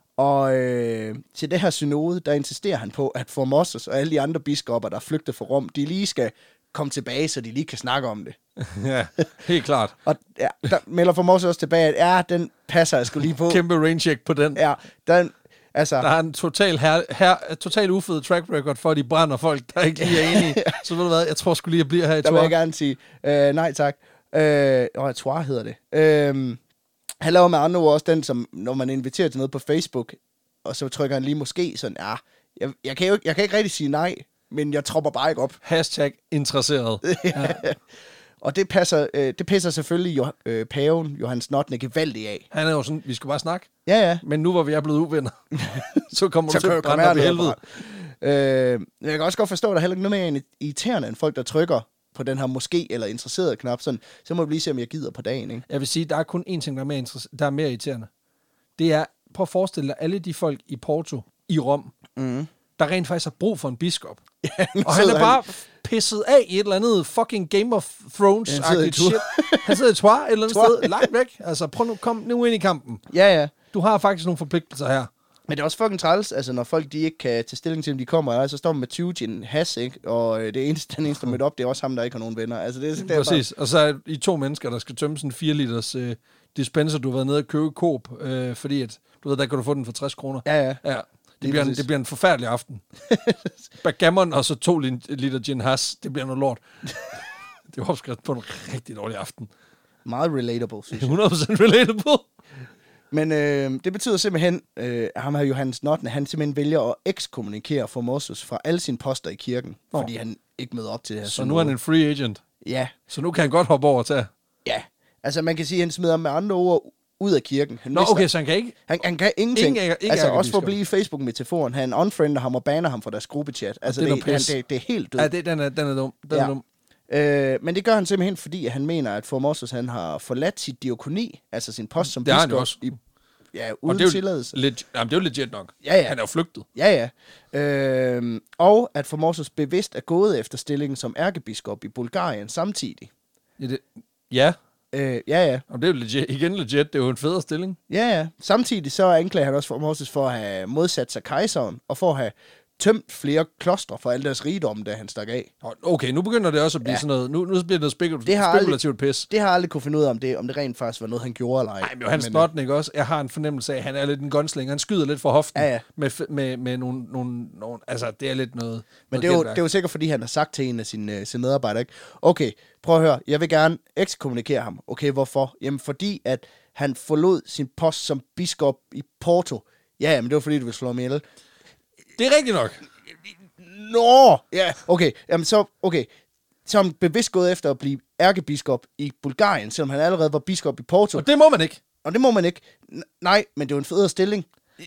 Og øh, til det her synode, der insisterer han på, at Formosus og alle de andre biskopper, der flygter fra Rom, de lige skal komme tilbage, så de lige kan snakke om det. Ja, helt klart. Og ja, der melder Formosus også tilbage, at ja, den passer jeg sgu lige på. Kæmpe raincheck på den. Ja, den, altså... Der er en total, her, her, total ufed track record for, at de brænder folk, der ikke lige er enige. Så ved du hvad, jeg tror sgu lige, jeg bliver her i Der vil jeg Tours. gerne sige, øh, nej tak. Øh, og Tours hedder det. Øh, han laver med andre ord også den, som når man inviterer til noget på Facebook, og så trykker han lige måske sådan, ja, jeg, jeg, kan, jo, ikke- jeg kan ikke rigtig sige nej, men jeg tropper bare ikke op. Hashtag interesseret. Ja. Og det passer, øh, det pisser selvfølgelig jo, øh, paven Johannes den ottende gevaldigt af. Han er jo sådan, vi skal bare snakke. Ja, ja. Men nu hvor vi er blevet uvenner, så kommer du Så til kan at jeg komme brænde op i hernede helvede. fra. Øh, jeg kan også godt forstå, at der er heller ikke noget mere irriterende, end folk, der trykker på den her måske eller interesseret knap. Sådan, så må vi lige se, om jeg gider på dagen. Ikke? Jeg vil sige, der er kun én ting, der er mere, interess- der er mere irriterende. Det er, prøv at forestille dig, alle de folk i Porto, i Rom, Mm. der rent faktisk har brug for en biskop. Ja, Og han er bare pisset af i et eller andet fucking Game of Thrones. Han sidder i shit. Han sidder i Troyes et eller andet sted, langt væk. Altså, prøv nu, kom nu ind i kampen. Ja, ja. Du har faktisk nogle forpligtelser her. Men det er også fucking træls, altså når folk de ikke kan tage stilling til, om de kommer, og så står man med tyve gin has, ikke? Og øh, det eneste, den eneste, der mødte op, det er også ham, der ikke har nogen venner. Altså, det, er, det er Præcis, bare... og så er I to mennesker, der skal tømme sådan en fire liters øh, dispenser, du har været nede og købe Coop, øh, fordi at, du ved, der kan du få den for tres kroner. Ja, ja. Ja. Det bliver, en, det bliver en forfærdelig aften. Backgammon og så to liter gin has, det bliver noget lort. Det er opskrift på en rigtig dårlig aften. Meget relatable, synes jeg. hundrede procent relatable. Men øh, det betyder simpelthen, øh, at ham her Johannes Notne, han simpelthen vælger at ekskommunikere Formosus fra alle sine poster i kirken, oh. fordi han ikke møder op til det her. Så nu er han en free agent? Ja. Så nu kan han godt hoppe over til? Ja. Altså man kan sige, at han smider med andre ord ud af kirken. Han Nå, mister, okay, så han kan ikke? Han, han kan ingenting. Ingen, ikke altså også for at blive i Facebook-metaforen. Han unfriender ham og banner ham fra deres gruppechat. Altså det, det, det, det er helt død. Ja, det, den, er, den er dum. Den ja. er dum. Øh, men det gør han simpelthen, fordi han mener, at Formosus han har forladt sit diakoni, altså sin post som biskop i ja, uden tilladelse. Leg- Jamen, det er jo legit nok. Ja, ja. Han er jo flygtet. Ja, ja. Øh, og at Formosus bevidst er gået efter stillingen som ærkebiskop i Bulgarien samtidig. Ja. Det, ja. Øh, ja, ja. Og det er jo legit, igen legit. Det er jo en federe stilling. Ja, ja. Samtidig så anklager han også Formosus for at have modsat sig kejseren, og for at have tømt flere klostre for alle deres rigdomme, da han stak af. Okay, nu begynder det også at blive ja. sådan noget. Nu, nu bliver det noget spekul- det spekulativt aldrig, pis. Det har jeg aldrig kunne finde ud af, om det, om det rent faktisk var noget, han gjorde eller ej. Nej, men Johannes Notten, ikke også? Jeg har en fornemmelse af, at han er lidt en gunslinger. Han skyder lidt for hoften. Ja, ja. Med, med, med nogle, nogle, nogle... Altså, det er lidt noget... Men noget det, er jo, det er jo sikkert, fordi han har sagt til en af sine, sine medarbejdere, ikke? Okay, prøv at høre. Jeg vil gerne ekskommunikere ham. Okay, hvorfor? Jamen, fordi at han forlod sin post som biskop i Porto. Ja, men det var fordi, du ville slå ham ihjel. Det er rigtigt nok. Nå! Ja, okay. Jamen så, okay. Så er han bevidst gået efter at blive ærkebiskop i Bulgarien, selvom han allerede var biskop i Porto. Og det må man ikke. Og det må man ikke. N- nej, men det er jo en federe stilling.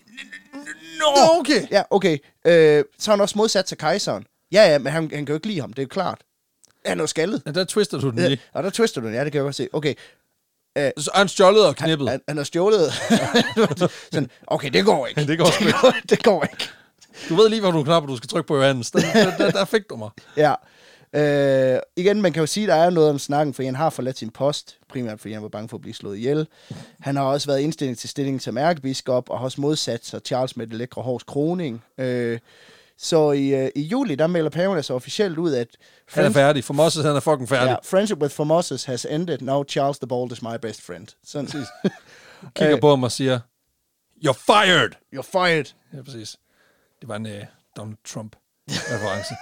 Nå, okay. Ja, okay. Øh, så har han også modsat sig kejseren. Ja, ja, men han, han kan jo ikke lide ham, det er jo klart. Han er jo skaldet. Ja, der twister du den lige. Ja, og der twister du den, ja, det kan jeg godt se. Okay. Uh, så han stjålet og knippet. Han, han, han har stjålet. Sådan, okay, det går ikke. det går sgu ikke. Det går, det går ikke. Du ved lige, hvor du knapper, du skal trykke på, Johannes. Der, der, der, der fik du mig. Ja. Øh, igen, man kan jo sige, at der er noget om snakken, for han har forladt sin post, primært fordi han var bange for at blive slået ihjel. Han har også været indstillet til stillingen som ærkebiskop, og har også modsat sig Charles med det lækre hårs kroning. Øh, så i, øh, i juli, der melder paven altså officielt ud, at... Han er færdig. Formosus, han er fucking færdig. Ja, friendship with Formosus has ended. Now Charles the Bold is my best friend. Sådan. Kigger på ham og siger, you're fired! You're fired! Ja, præcis. Det var en uh, Donald Trump-reference.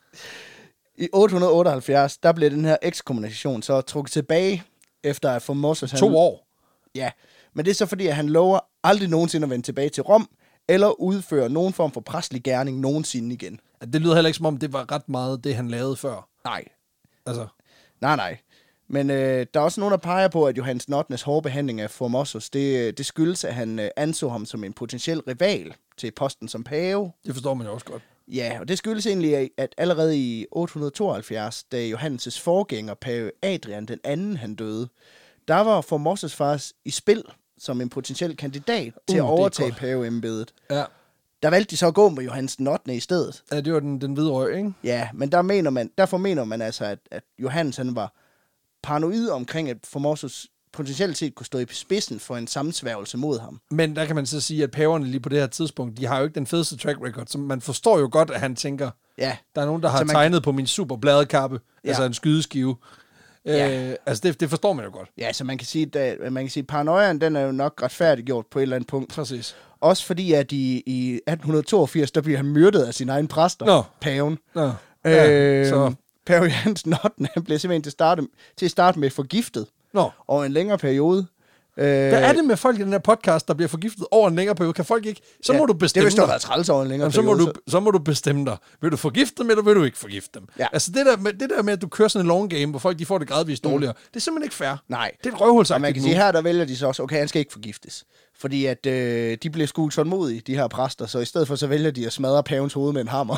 I otte otteoghalvfjerds, der blev den her ekskommunikation så trukket tilbage, efter at Formosus... To han... år? Ja, men det er så fordi, at han lover aldrig nogensinde at vende tilbage til Rom, eller udføre nogen form for præstelig gerning nogensinde igen. Det lyder heller ikke som om, det var ret meget det, han lavede før. Nej. Altså. Nej, nej. Men øh, der er også nogen, der peger på, at Johannes Notnes hårde behandling af Formosus, det, det skyldes, at han øh, anså ham som en potentiel rival til posten som pave. Det forstår man jo også godt. Ja, og det skyldes egentlig, at allerede i otte tooghalvfjerds, da Johannes' forgænger, pave Adrian den anden, han døde, der var Formosus faktisk i spil som en potentiel kandidat til uh, at overtage paveembedet. Ja. Der valgte de så at gå med Johannes Notne i stedet. Ja, det var den, den hvide røg, ikke? Ja, men der mener man, derfor mener man altså, at, at Johannes han var paranoid omkring, at Formosus potentielt set kunne stå i spidsen for en sammensværgelse mod ham. Men der kan man så sige, at paverne lige på det her tidspunkt, de har jo ikke den fedeste track record, så man forstår jo godt, at han tænker, ja. Der er nogen, der har man... tegnet på min super bladekappe, ja. Altså en skydeskive. Ja. Øh, altså det, det forstår man jo godt. Ja, så man kan sige, at man kan sige, paranoiaen, den er jo nok retfærdiggjort på et eller andet punkt. Præcis. Også fordi, at i, i atten toogfirs, der bliver han myrdet af sin egen præster, Nå. paven. Nå. Ja, øh, så... Pave Johannes Notne, han blev simpelthen til, starte, til at starte med forgiftet. Nå. Over en længere periode. Hvad er det med folk i den her podcast, der bliver forgiftet over en længere periode? Kan folk ikke? Så ja, må du bestemme dig. Det vil stå været træls over en længere Jamen, så periode. Må du, så må du bestemme dig. Vil du forgifte dem, eller vil du ikke forgifte dem? Ja. Altså det der, med, det der med, at du kører sådan en long game, hvor folk de får det gradvist dårligere, mm. det er simpelthen ikke fair. Nej. Det er et røvhulsagtigt. Man kan sige, her der vælger de så også, okay, han skal ikke forgiftes. Fordi at øh, de bliver sgu tålmodige, de her præster, så i stedet for så vælger de at smadre pavens hoved med en hammer.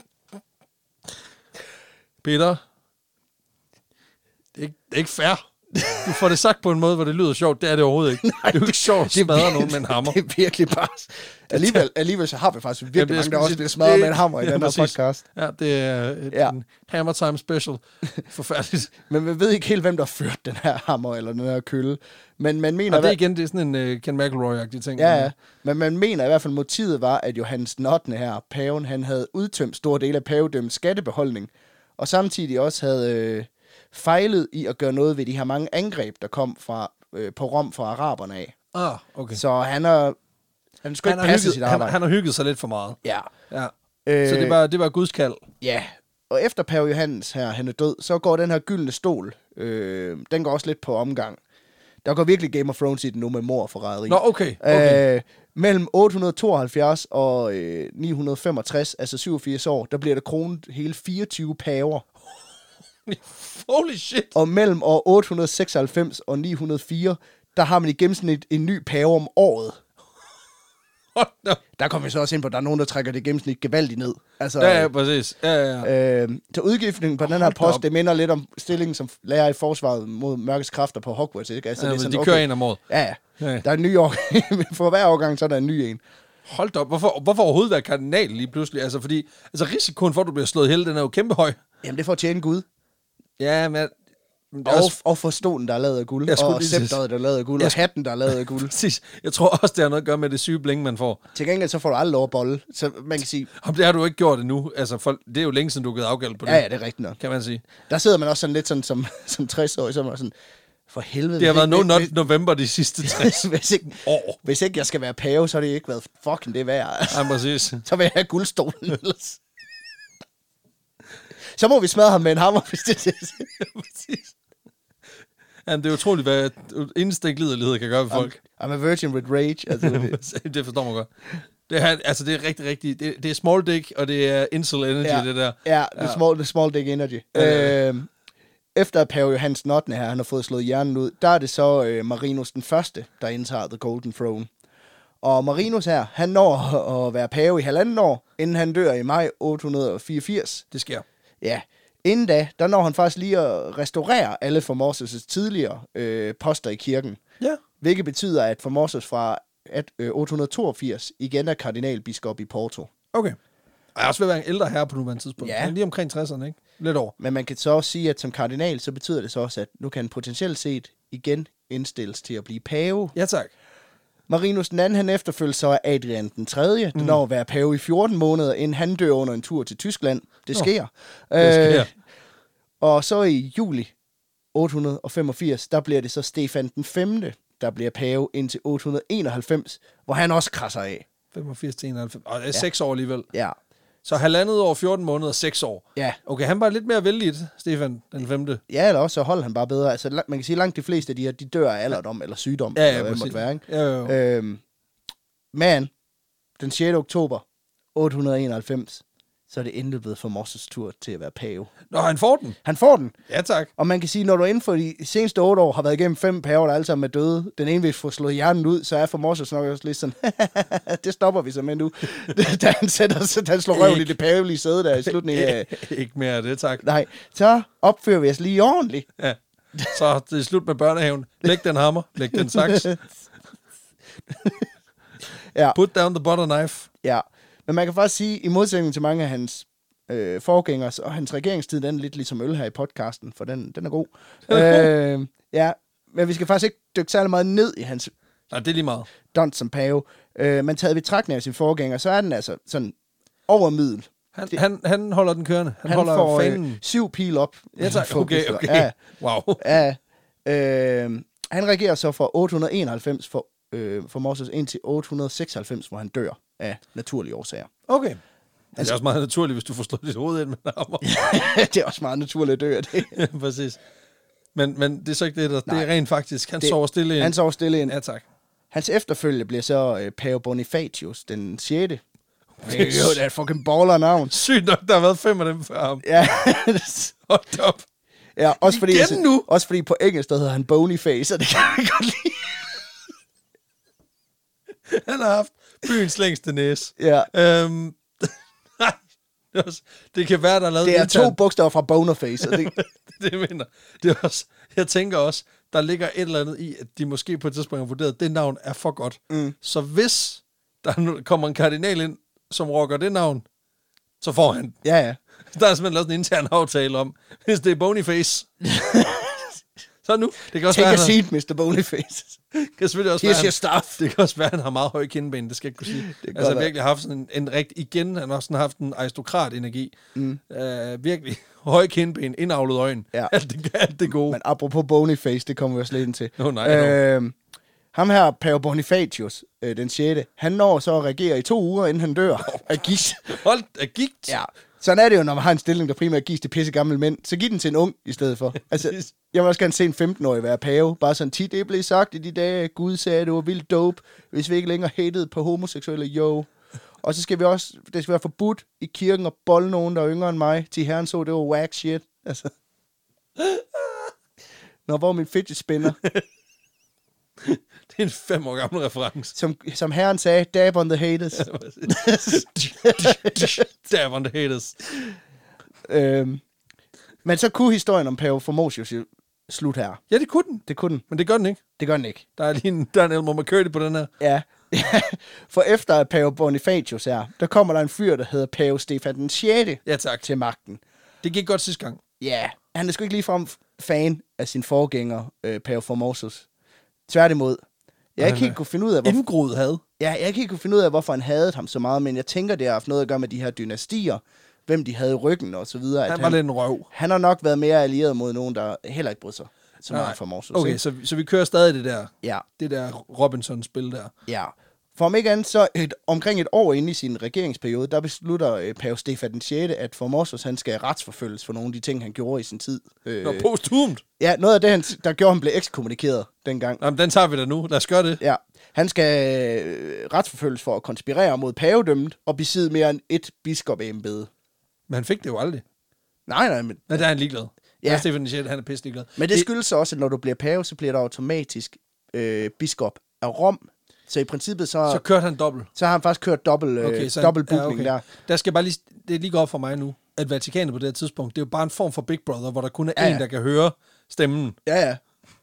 Peter, det er, ikke, det er ikke fair. Du får det sagt på en måde, hvor det lyder sjovt. Det er det overhovedet ikke. Nej, det er jo ikke sjovt at smadre nogen med en hammer. Det er virkelig bare... Alligevel, alligevel så har vi faktisk virkelig Jamen, mange, der også bliver smadret med en hammer i ja, den her podcast. Ja, det er et, ja. en Hammer Time special. Forfærdeligt. Men vi ved ikke helt, hvem der har ført den her hammer eller den her kølle. Men man mener... Og det er igen, det er sådan en uh, Ken McElroy-agtig ting. Ja, ja. Men man mener i hvert fald, motivet var, at Johannes den ottende her, paven, han havde udtømt store dele af pavedømmets skattebeholdning, og samtidig også havde øh, fejlet i at gøre noget ved de her mange angreb, der kom fra, øh, på Rom fra araberne af. Ah, okay. Så han har... Han skulle han ikke passe hygget, sit arbejde. Han, han har hygget sig lidt for meget. Ja. ja. Øh, så det var, det var Guds kald. Ja. Og efter pave Johannes her, han er død, så går den her gyldne stol, øh, den går også lidt på omgang. Der går virkelig Game of Thrones i den nu med mord og forræderi. Nå, okay. okay. Øh, mellem otte hundrede tooghalvfjerds og øh, ni hundrede femogtres, altså syvogfirs år, der bliver der kronet hele fireogtyve paver. Holy shit. Og mellem år otte hundrede seksoghalvfems og ni hundrede fire, der har man i gennemsnit en ny pave om året. No. Der kommer vi så også ind på, at der er nogen, der trækker det gennemsnit gevaldigt ned. Altså, ja, ja, præcis. Ja, ja, ja. Øh, så udgiftningen på Hold den her post, op. det minder lidt om stillingen som lærer i forsvaret mod mørkets kræfter på Hogwarts. Ikke? Altså, ja, det er sådan, de okay. kører en om året. Ja, ja. Der er en ny år. For hver årgang, så er der en ny en. Hold da op. Hvorfor, hvorfor overhovedet være kardinal lige pludselig? Altså, fordi altså, risikoen for, at du bliver slået ihjel, den er jo kæmpe høj. Jamen, det er for at tjene Gud. Ja, men... Og, også... og for stolen, der er lavet af guld, og scepteret, der er lavet af guld, og hatten, der er lavet af guld. Præcis. Jeg tror også, det har noget at gøre med det syge bling, man får. Til gengæld, så får du aldrig lov at bolle. Så man kan sige... Jamen, det har du ikke gjort endnu. Altså, for, det er jo længe siden, du har givet afgald på det. Ja, ja, det er rigtigt nok. Kan man sige. Der sidder man også sådan lidt sådan som, som tres-årig, så er man sådan... For helvede. Det har været no not november de sidste tres hvis, ikke, år. Hvis ikke jeg skal være pave, så har det ikke været fucking det værd. Altså. Ja, præcis. Så vil jeg have guldstolen ellers. Så må vi smadre ham med en hammer, hvis det er præcis. Jamen, det er utroligt, hvad instinkt liderlighed kan gøre ved folk. I'm, I'm a virgin with rage. Altså, det. det forstår man godt. Det er, altså, det er rigtig, rigtig... Det, det er small dick, og det er incel energy, ja, det der. Ja, det er small, small dick energy. Ja. Øhm, efter at pave Johannes den ottende her, han har fået slået hjernen ud, der er det så øh, Marinus den første, der indtager The Golden Throne. Og Marinus her, han når at være pave i halvanden år, inden han dør i maj otte hundrede fireogfirs. Det sker. Ja. Inden da, der når han faktisk lige at restaurere alle Formosus' tidligere øh, poster i kirken. Ja. Hvilket betyder, at Formosus fra at, øh, otte hundrede toogfirs igen er kardinalbiskop i Porto. Okay. Jeg er også ved at være en ældre herre på nuværende tidspunkt. Ja. Lige omkring tresserne, ikke? Lidt over. Men man kan så også sige, at som kardinal, så betyder det så også, at nu kan han potentielt set igen indstilles til at blive pave. Ja, tak. Marinus den anden, han efterfølger så af Adrian den tredje, mm. der når at være pave i fjorten måneder, inden han dør under en tur til Tyskland. Det sker. Oh, det sker. Øh, og så i juli otte hundrede femogfirs, der bliver det så Stefan den femte, der bliver pave indtil otte hundrede enoghalvfems, hvor han også krasser af. femogfirs til enoghalvfems. Og det er seks ja. år alligevel. Ja. Så halvandet år, fjorten måneder, seks år. Ja. Okay, han var lidt mere vældigt, Stefan den femte. Ja, eller også så holder han bare bedre. Altså, man kan sige, at langt de fleste af de her, de dør af alderdom eller sygdom. Ja, ja, eller hvad måtte være, ikke? Ja, jo, jo. Øhm, men den sjette oktober otte hundrede enoghalvfems, så er det endelig blevet Formosus tur til at være pave. Nå, han får den? Han får den. Ja, tak. Og man kan sige, når du inden for de seneste otte år har været igennem fem paver, der alle sammen er døde, den ene vil få slået hjernen ud, så er Formosus nok også lidt sådan, det stopper vi så med nu. Da han sætter sig, han slår røven i det pavelige sæde der i slutningen af... Ikke mere af det, tak. Nej, så opfører vi os lige ordentligt. Ja, så det er slut med børnehaven. Læg den hammer, læg den saks. Ja. Put down the butter knife. Ja, men man kan faktisk sige, i modsætning til mange af hans øh, forgængere, og hans regeringstid, den er lidt ligesom øl her i podcasten, for den, den er god. øh, ja, men vi skal faktisk ikke dykke særlig meget ned i hans Nej, det er lige meget. dons som pave. Øh, men taget ved betragtning af sin forgænger, så er den altså sådan over middel. Han, det, han, han holder den kørende. Han, han holder får fanen. Øh, syv pil op. Ja, tak. Okay, okay. Ja. Wow. Ja. Øh, han regerer så fra otte hundrede enoghalvfems for, øh, for Moses indtil otte hundrede seksoghalvfems, hvor han dør af naturlige årsager. Okay. Det er altså, også meget naturligt, hvis du får slået dit hoved ind med en hammer. Det er også meget naturligt at dø af det. Ja, præcis. Men, men det er så ikke det, der. Det er rent faktisk. Han det, sover stille ind. Han sover stille ind. Ja, tak. Hans efterfølge bliver så øh, Pave Bonifacius, den sjette. Det er jo et fucking baller-navn. Sygt nok, der har været fem af dem før ham. Ja. Hold op. Ja, også fordi, altså, nu? også fordi på engelsk, der hedder han Boniface, og det kan jeg godt lide. Han har haft byens længste næse. Ja. Øhm, det kan være, der er lavet... Det er to bogstaver fra Bonerface, og det, det mener det er også, jeg tænker også, der ligger et eller andet i, at de måske på et tidspunkt har vurderet, at det navn er for godt. Mm. Så hvis der kommer en kardinal ind, som rocker det navn, så får han. Ja, ja. Der er simpelthen lavet sådan en intern aftale om, hvis det er Boniface. Så nu. Det kan også Take være, a seat, mister Boniface. Det kan selvfølgelig også Here's være, your stuff. Det kan også være, at han har meget høje kindben, det skal jeg ikke kunne sige. Det altså virkelig haft sådan en, en rigt, igen, han har også sådan haft en aristokrat-energi. Mm. Uh, virkelig høje kindben, indavlet øjne. Ja. Alt, det, alt det gode. Men apropos Boniface, det kommer vi også lidt ind til. Oh, nej, øh, no. Ham her, Pave Bonifacius, øh, den sjette, han når så at regere i to uger, inden han dør af gigt. Hold af gigt? Ja. Sådan er det jo, når man har en stilling, der primært gives til pisse gamle mænd. Så giv den til en ung i stedet for. Altså, jeg vil også gerne se en femten-årig være pave. Bare sådan tit, det blev sagt i de dage, Gud sagde, det var vildt dope, hvis vi ikke længere hatede på homoseksuelle, jo. Og så skal vi også, det skal være forbudt i kirken at bolle nogen, der er yngre end mig. Til herren så, det var whack shit. Altså. Nå, hvor er min fidget spinner? Det er en fem år gammel reference. Som, som herren sagde, dab on the haters. Dab on the haters. Øhm, men så kunne historien om Pave Formosius slut her. Ja, det kunne den. Det kunne den. Men det gør den ikke. Det gør den ikke. Der er lige en, der er en Elmer McCurdy på den her. Ja. For efter Pave Bonifacius her, der kommer der en fyr, der hedder Pave Stefan den sjette. Ja, tak. Til magten. Det gik godt sidste gang. Ja, han er sgu ikke ligefrem fan af sin forgænger, øh, Pave Formosus. Tværtimod. Jeg ikke helt kunne finde ud af, hvorfor... Indgroet had. Ja, jeg ikke helt kunne finde ud af, hvorfor han hadede ham så meget, men jeg tænker, det har haft noget at gøre med de her dynastier, hvem de havde i ryggen og så videre. Han at var han, lidt en røv. Han har nok været mere allieret mod nogen, der heller ikke brød sig så meget af Formosus. Okay, så, så vi kører stadig det der, ja. det der Robinson-spil der. Ja. For om ikke andet, så et, omkring et år inde i sin regeringsperiode, der beslutter øh, Pave Stefan den sjette, at Formosus, han skal retsforfølges for nogle af de ting, han gjorde i sin tid. Øh, Nå, posthumt! Ja, noget af det, han, der gjorde, han blev ekskommunikeret dengang. Jamen, den tager vi da nu. Lad os gøre det. Ja. Han skal øh, retsforfølges for at konspirere mod pavedømmet og besidde mere end et biskopembede. Men han fik det jo aldrig. Nej, nej. Men, men der er han ligeglad. Ja. Ja. Stefan den sjette, han er pisse ligeglad. Men det skyldes så også, at når du bliver pave, så bliver der automatisk øh, biskop af Rom. Så i princippet så... Så kørte han dobbelt. Så har han faktisk kørt dobbelt, øh, okay, dobbelt booking ja, okay. der. Der skal bare lige... Det er lige godt for mig nu, at Vatikanet på det her tidspunkt, det er jo bare en form for Big Brother, hvor der kun er ja, ja. en, der kan høre stemmen. Ja, ja.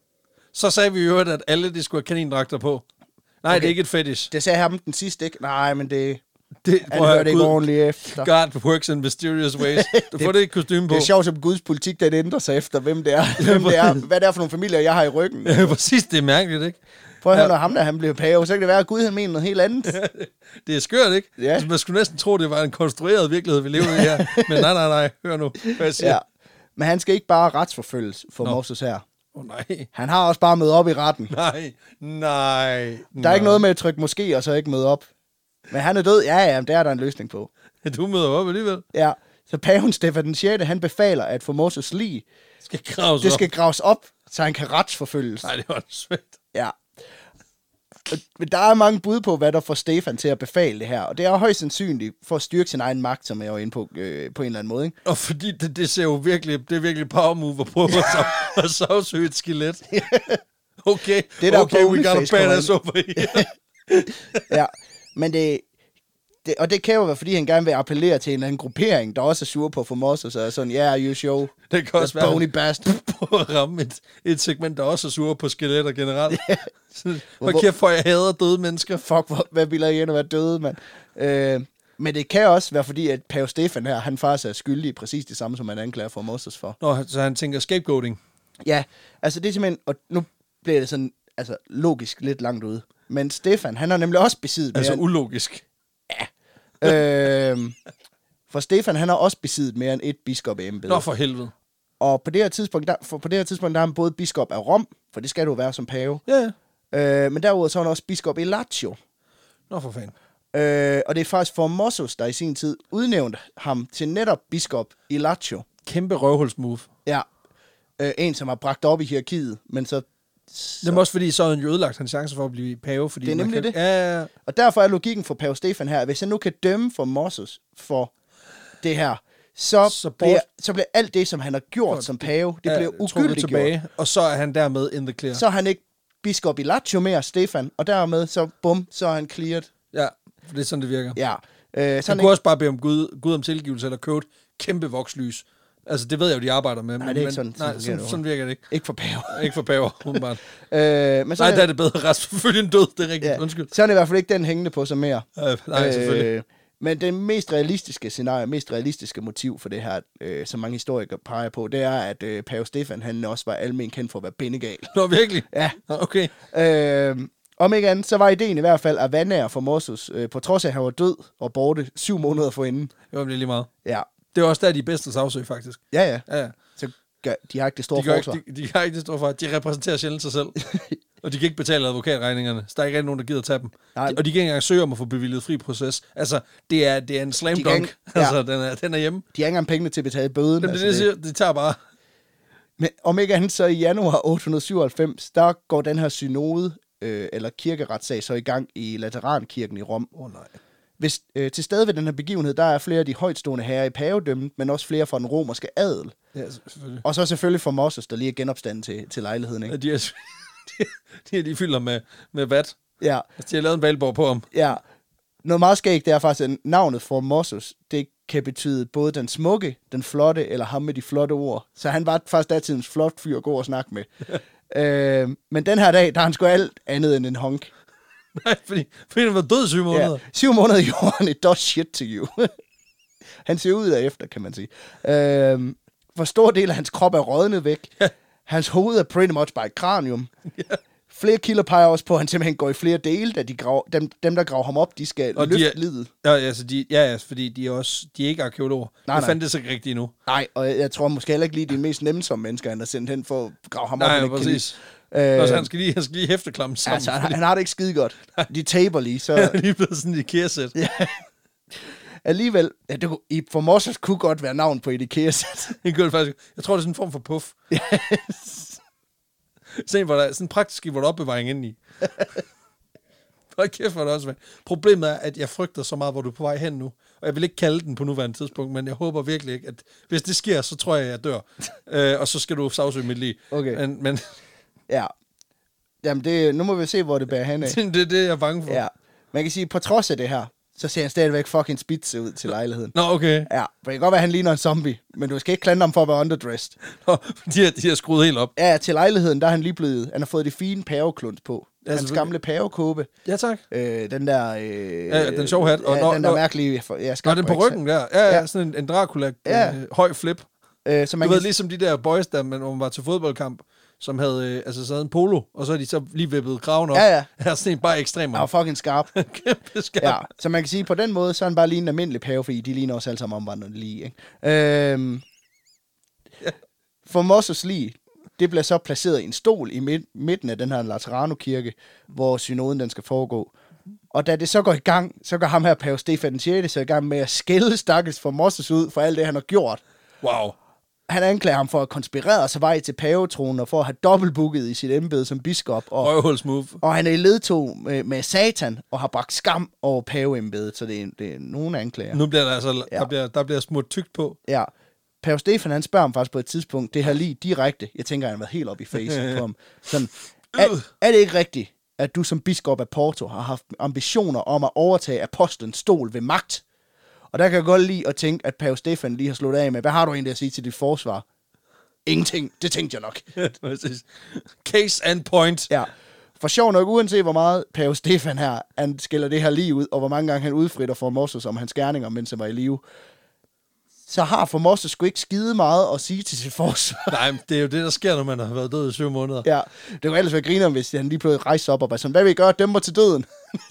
Så sagde vi jo, at alle de skulle have kanindragter på. Nej, okay. Det er ikke et fetish. Det sagde ham den sidste, ikke? Nej, men det... Det, han hørte ikke ordentligt efter. God works in mysterious ways. Du får det ikke kostume på. Det er sjovt, som Guds politik, den ændrer sig efter, hvem det er. Hvem det er. Hvad det er for nogle familier, jeg har i ryggen. Ja, præcis. Det er mærkeligt, ikke? Prøv at høre, når ham der, han blev pave, så kan det være, at Gud han mener noget helt andet. Det er skørt, ikke? Ja. Man skulle næsten tro, det var en konstrueret virkelighed, vi levede i her. Men nej, nej, nej. Hør nu, hvad jeg siger. Ja. Men han skal ikke bare retsforfølges for Moses her. Åh oh, nej. Han har også bare mødt op i retten. Nej, nej. Der er nej. ikke noget med at trykke måske, og så ikke møde op. Men han er død. Ja, ja, det er der en løsning på. Du møder op alligevel. Ja, så paven Stefan den sjette, han befaler, at Formosus lig skal graves det op. skal graves op, så han kan retsforfølges. Nej, det var svært. Ja. Men der er mange bud på, hvad der får Stefan til at befale det her. Og det er højst sandsynligt for at styrke sin egen magt, som jeg var inde på, øh, på en eller anden måde. Ikke? Og fordi det, det ser jo virkelig, det er virkelig power move at prøve at savsøge et skelet. Okay, det der okay, we got a badass over here. Ja, men det, det... Og det kan jo være, fordi han gerne vil appellere til en eller anden gruppering, der også er sur på Formosus, og sådan, ja, yeah, you show. Det kan også være, bony bastard. På at ramme et, et segment, der også er sur på skeletter generelt. Hvor kæft, for jeg hader døde mennesker. Fuck, hvor, hvad vil jeg igen at være døde, mand. Øh, men det kan også være, fordi at Pave Stefan her, han faktisk er skyldig i præcis det samme, som man anklager Formosus for. Nå, så han tænker scapegoating. Ja, altså det er simpelthen, og nu bliver det sådan, altså logisk lidt langt ude. Men Stefan, han har nemlig også besiddet... Altså ulogisk. Ja. øh, for Stefan, han har også besiddet mere end et biskop-embede. Nå, for helvede. Og på det her tidspunkt, der, for på det her tidspunkt, der er han både biskop af Rom, for det skal du være som pave. Ja, ja. Øh, men derudover så er han også biskop i Lazio. Nå, for fanden. Øh, og det er faktisk Formosus, der i sin tid udnævnte ham til netop biskop i Lazio. Kæmpe røvhulsmove. Ja. Øh, en, som har bragt op i hierarkiet, men så... så... Det er også fordi, så havde han jo ødelagt hans chance for at blive pave. Fordi det er nemlig kan... det. Ja, ja. Og derfor er logikken for Pave Stefan her, at hvis jeg nu kan dømme Formosus for det her, så, så, bort... bliver, så bliver alt det, som han har gjort det, som pave, det ja, bliver ugyldigt tilbage, gjort. Og så er han dermed in the clear. Så er han ikke biskop i Lazio mere, Stefan, og dermed så bum, så er han cleared. Ja, det er sådan, det virker. Ja. Øh, han kunne ikke... også bare bede om Gud, Gud om tilgivelse, eller købe kæmpe vokslys. Altså, det ved jeg jo, de arbejder med. Nej, men, det er ikke men, sådan, nej, sådan, sådan, sådan virker det ikke. Ikke for paver. Ikke for paver, umiddelbart. øh, men så nej, er der er det bedre rest forfølge en død, det er rigtigt. Ja, Undskyld. så er det i hvert fald ikke den hængende på sig mere. Øh, nej, selvfølgelig. Øh, men det mest realistiske scenarie, mest realistiske motiv for det her, øh, som mange historikere peger på, det er, at øh, Pave Stefan, han også var almen kendt for at være bindegal. Nå, virkelig? Ja. Nå, okay. Øh, om ikke andet, så var ideen i hvert fald at vandære Formosus, øh, på trods af, at han var død og borte syv måneder forinden. Jo, det er lige meget. Ja. Det er også der, de bedste sagsøg, faktisk. Ja, ja. Ja, ja. Så gør, de har ikke det store De, gør forsvar. ikke, de, de har ikke det store for. De repræsenterer sjældent sig selv. Og de kan ikke betale advokatregningerne. Så der er ikke rigtig nogen, der gider tage dem. Nej. De, og de kan ikke engang søge om at få bevilget fri proces. Altså, det er, det er en slam De dunk. kan ikke- ja. Altså, den er, den er hjemme. De har ikke engang pengene til at betale bøden. Jamen, altså det, det, siger, de tager bare... Men om ikke andet, så i januar otte hundrede syvoghalvfems, der går den her synode, øh, eller kirkeretssag, så i gang i Laterankirken i Rom. Åh, oh, nej. Hvis, øh, til stede ved den her begivenhed, der er flere af de højtstående herrer i pavedømmet, men også flere fra den romerske adel. Ja, selvfølgelig. Og så selvfølgelig Formosus, der lige er genopstandet til, til lejligheden. Ikke? Ja, de, er, de, de, de fylder med, med vat. Ja, Altså, de har lavet en valborg på ham. ja. Noget meget skægt, det er faktisk, at navnet Formosus, det kan betyde både den smukke, den flotte, eller ham med de flotte ord. Så han var faktisk altid en flot fyr at gå og snakke med. øh, men den her dag, der er han sgu alt andet end en honk. Nej, fordi, fordi han var død i syv måneder. Ja, syv måneder gjorde han et does shit to you. Han ser ud derefter, kan man sige. Øh, for stor del af hans krop er rådnet væk. Ja. Hans hoved er pretty much bare et kranium. Ja. Flere kilder peger også på, at han simpelthen går i flere dele, da de graver, dem, dem, der graver ham op, de skal Og de løfte er- livet. Ja, altså de, ja, ja, fordi de er også, de er ikke arkeologer. Nej, Jeg nej. fandt det så ikke rigtigt endnu. Nej, og jeg, jeg tror måske heller ikke lige, de mest nemmsomme mennesker, han har sendt hen for at grave ham op. Nej, han ja, ikke kan lide. præcis. Øh, Altså, han skal lige, han skal lige hæfteklammes sammen. altså, han, han har det ikke skide godt. De taber lige, så Han er lige blevet sådan et IKEA-sæt. ja. Alligevel, ja, det, kunne- i Formosus kunne godt være navn på et IKEA-sæt. Det gør det faktisk. Jeg tror, det er sådan en form for puff. Sådan en, hvor der er sådan en praktisk, hvor der er opbevaring indeni. Hold kæft, hvor er det også. Problemet er, at jeg frygter så meget, hvor du er på vej hen nu. Og jeg vil ikke kalde den på nuværende tidspunkt, men jeg håber virkelig ikke, at hvis det sker, så tror jeg, at jeg dør. øh, og så skal du sagsøge mit liv. Okay. Men, men Ja. Jamen, det, nu må vi se, hvor det bærer hen af. det er det, jeg er bange for. Ja. Man kan sige, på trods af det her, så ser han stadigvæk fucking spidse ud til lejligheden. Nå, okay. Ja, for det kan godt være, at han ligner en zombie, men du skal ikke klandre ham for at være underdressed. Nå, de, har, de har skruet helt op. Ja, til lejligheden, der er han lige blevet, han har fået det fine pavekluns på. Ja, Hans selvfølgelig. gamle pavekåbe. Ja, tak. Øh, den der... Øh, Ja, den sjove hat. Og ja, når- den der når- mærkelige... Ja, Nå, den skakbrik, på ryggen der. Ja, ja, Ja. sådan en, en Dracula, Ja. en, øh, høj flip. Øh, så man Du ved, kan, ligesom de der boys, der man, hvor man var til fodboldkamp, som havde, øh, altså, så havde en polo, og så havde de så lige vippet kraven op. Ja, ja. Her sådan en bare ekstrem. han var fucking skarp. Kæmpe skab. Ja, så man kan sige, på den måde, så er han bare lige en almindelig pave, fordi de ligner også alle sammen omvandrende lige. Ikke? Øhm, Ja. Formosus lig, det bliver så placeret i en stol i midt, midten af den her Laterano-kirke, hvor synoden den skal foregå. Og da det så går i gang, så går ham her pave Stefan den sjette så i gang med at skælde stakkels Formosus ud for alt det, han har gjort. Wow. Han anklager ham for at konspirere sig vej til pavetronen og for at have dobbeltbooket i sit embede som biskop. Og, Røvhulsmove. og han er i ledtog med, med Satan og har bragt skam over paveembedet, så det er, det er nogle anklager. Nu bliver der altså, Ja. der bliver, der bliver smurt tykt på. Ja. Pave Stefan, han spørger ham faktisk på et tidspunkt, det her lige direkte, jeg tænker, han har været helt op i face på ham. Sådan, er, er det ikke rigtigt, at du som biskop af Porto har haft ambitioner om at overtage apostlens stol ved magt? Og der kan jeg godt lide at tænke, at Pave Stefan lige har slået af med, hvad har du egentlig at sige til dit forsvar? Ingenting, det tænkte jeg nok. Case and point. Ja. For sjov nok, uanset hvor meget Pave Stefan her, han skiller det her lige ud, og hvor mange gange han udfritter Formosus om hans gerninger, mens han var i live, så har Formosus sgu ikke skide meget at sige til sit forsvar. Nej, men det er jo det, der sker, når man har været død i syv måneder. Ja, det kunne ellers være griner, hvis han lige pludselig rejste sig op og bare sådan, hvad vil I gøre? Dømmer til døden.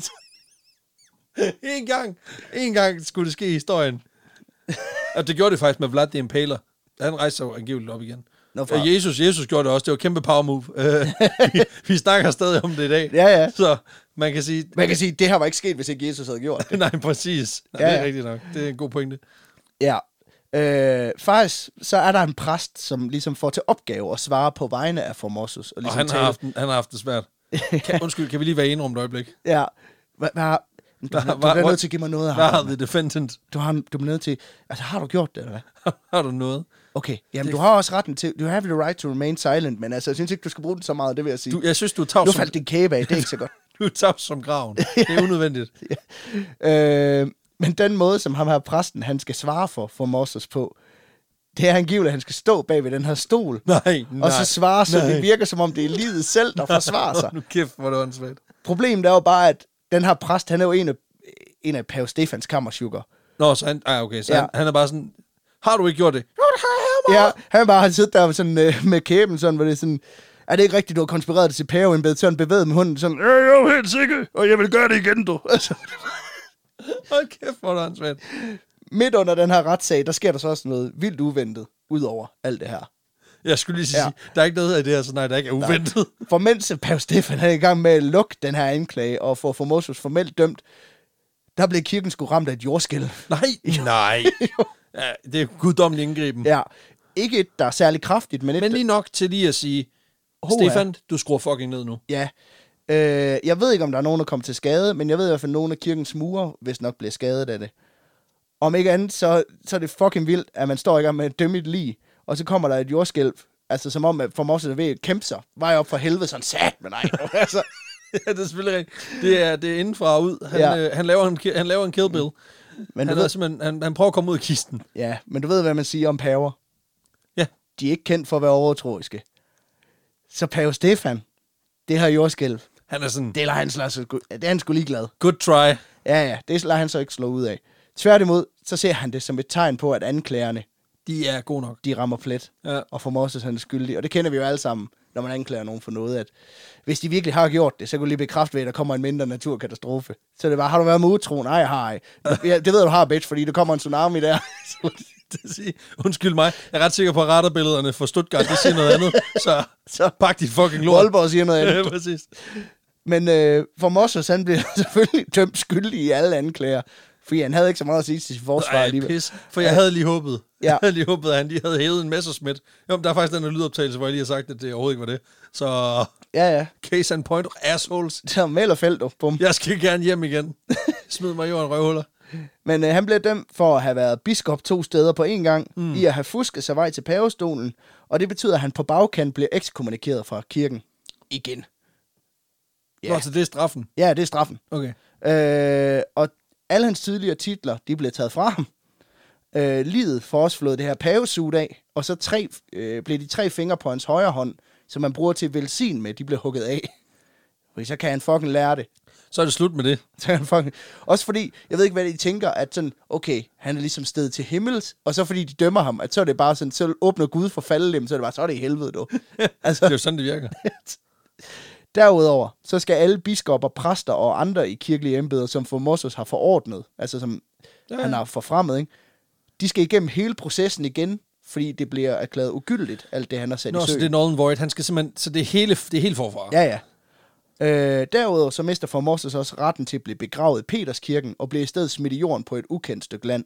En gang, en gang skulle det ske i historien. Og det gjorde det faktisk med Vlad the Impaler. Han rejste sig jo angiveligt op igen. Nå, Og Jesus, Jesus gjorde det også. Det var et kæmpe power move. Uh, vi, vi snakker stadig om det i dag. Ja, ja. Så man kan sige... Man kan sige, det her var ikke sket, hvis ikke Jesus havde gjort det. Nej, præcis. Nej, Ja, det er ja. rigtigt nok. Det er en god pointe. Ja. Øh, faktisk, så er der en præst, som ligesom får til opgave at svare på vegne af Formosus. Og ligesom han har, tale- haft, han har haft det svært. Kan, undskyld, kan vi lige være enige om et øjeblik? Ja. Hvad, hvad, har- du, du, du hvad- bliver hvad- nødt til at give mig noget af Hvad har ham. the defendant? Du, har, du bliver nødt til... Altså, har du gjort det, eller hvad? Har du noget? Okay, jamen Det- du har også retten til... You have the right to remain silent, men altså, jeg synes ikke, du skal bruge den så meget, det vil jeg sige. Du, jeg synes, du er tavs Nu som, faldt din kæbe af, det er ikke så godt. du er tavs som graven. Det er unødvendigt. øh, men den måde, som ham her præsten, han skal svare for Formosus på, det er angiveligt, at han skal stå bag ved den her stol. Nej, nej. Og så svare, så nej. det virker, som om det er livet selv, der forsvarer sig. Nu kæft, hvor det var åndssvagt. Problemet er jo bare, at den her præst, han er jo en af, en af Pave Stefans kammersugar. Nå, så han, ah, okay, så Ja. han, han er bare sådan, har du ikke gjort det? Jo, det har jeg, Ja, han bare har siddet der sådan, øh, med kæben, sådan, hvor det er sådan, er det ikke rigtigt, du har konspireret det til paveembedet, sådan bevæget med hunden, sådan, øh, jeg er jo helt sikker, og jeg vil gøre det igen, du. Altså, Hold kæft, hvor det var åndssvagt. midt under den her retssag, der sker der så også noget vildt uventet, ud over alt det her. Jeg skulle lige sige, Ja. der er ikke noget af det her, så nej, der ikke er uventet. For mens Pave Stefan er i gang med at lukke den her anklage, og få Formosus formelt dømt, der blev kirken sgu ramt af et jordskælv. Nej, nej. Ja, det er guddommelig indgriben. Ja, ikke et, der er særlig kraftigt, men et, Men lige nok til lige at sige, Hoa. Stefan, du skruer fucking ned nu. ja. Øh, jeg ved ikke, om der er nogen, der kommer til skade, men jeg ved i hvert fald, at nogle af kirkens murer, hvis nok bliver skadet af det. Om ikke andet, så, så er det fucking vildt, at man står i gang med at dømme et lig, og så kommer der et jordskælv, altså som om, at Formosus er ved at kæmpe sig. Vej op for helvede, sådan sat med dig. altså, Ja, det er selvfølgelig rigtigt. Det er, det er indenfra og ud. Han, Ja. øh, han, laver en, ki- han laver en kill bill. men, Han, du er ved, simpelthen, han, han prøver at komme ud af kisten. ja, men du ved, hvad man siger om paver. Ja. De er ikke kendt for at være overtroiske. Så Pave Stefan, det her jordskælv, Han er sådan, det lader han slå, det er han sgu ligeglad. good try. Ja, ja, det lader han så ikke slå ud af. Tværtimod, så ser han det som et tegn på, at anklagerne, De er gode nok. de rammer plet, Ja. og Formosus han er skyldig. Og det kender vi jo alle sammen, når man anklager nogen for noget, at hvis de virkelig har gjort det, så kan du lige bekræfte ved, at der kommer en mindre naturkatastrofe. Så det er bare, har du været med utro? Nej, jeg har ej. Ja, det ved du har, bitch, fordi der kommer en tsunami der. Det vil sige, undskyld mig, jeg er ret sikker på, at radarbillederne for Stuttgart, det siger noget andet. Så, Så pak de fucking lort. Aalborg siger noget andet. Ja, præcis. Men øh, Formosus, han bliver selvfølgelig dømt skyldig i alle anklager, fordi han havde ikke så meget at sige til sit forsvar Ej, alligevel. pis. For jeg havde lige håbet. Ja. Jeg havde lige håbet, at han lige havde hævet en Messerschmidt. Jo, men der er faktisk den her lydoptagelse, hvor jeg lige har sagt, at det overhovedet ikke var det. Så Ja, ja. case and point, assholes. Så Meld og Feldt, bum. Jeg skal gerne hjem igen. Smid mig i jorden, røvhuller. Men øh, han blev dømt for at have været biskop to steder på én gang, mm. i at have fusket sig vej til pavestolen, og det betyder, at han på bagkant bliver ekskommunikeret fra kirken. Igen. Ja. Nå, så det er straffen. Ja, det er straffen. Okay. Øh, og alle hans tidligere titler, de blev taget fra ham. Øh, livet får også flået det her pavesud af, og så tre, øh, blev de tre fingre på hans højre hånd, som man bruger til velsign med, de blev hugget af. Fordi så kan han fucking lære det. Så er det slut med det. Så kan han fucking... Også fordi, jeg ved ikke, hvad de tænker, at sådan, okay, han er ligesom stedet til himmels, og så fordi de dømmer ham, at så er det bare sådan, så åbner Gud for faldelem, så er det bare, så er det i helvede, du. Altså, Det er jo sådan, det virker. derudover, så skal alle biskopper, præster og andre i kirkelige embeder, som Formosus har forordnet, altså som Ja, ja. ja. han har forfremmet, ikke? De skal igennem hele processen igen, fordi det bliver erklæret ugyldigt, alt det, han har sat Nå, i så søen. det er null and void. Han skal simpelthen... Så det er hele, det er helt forfra. Ja, ja. Øh, derudover så mister Formosus også retten til at blive begravet i Peterskirken, og bliver i stedet smidt i jorden på et ukendt stykke land.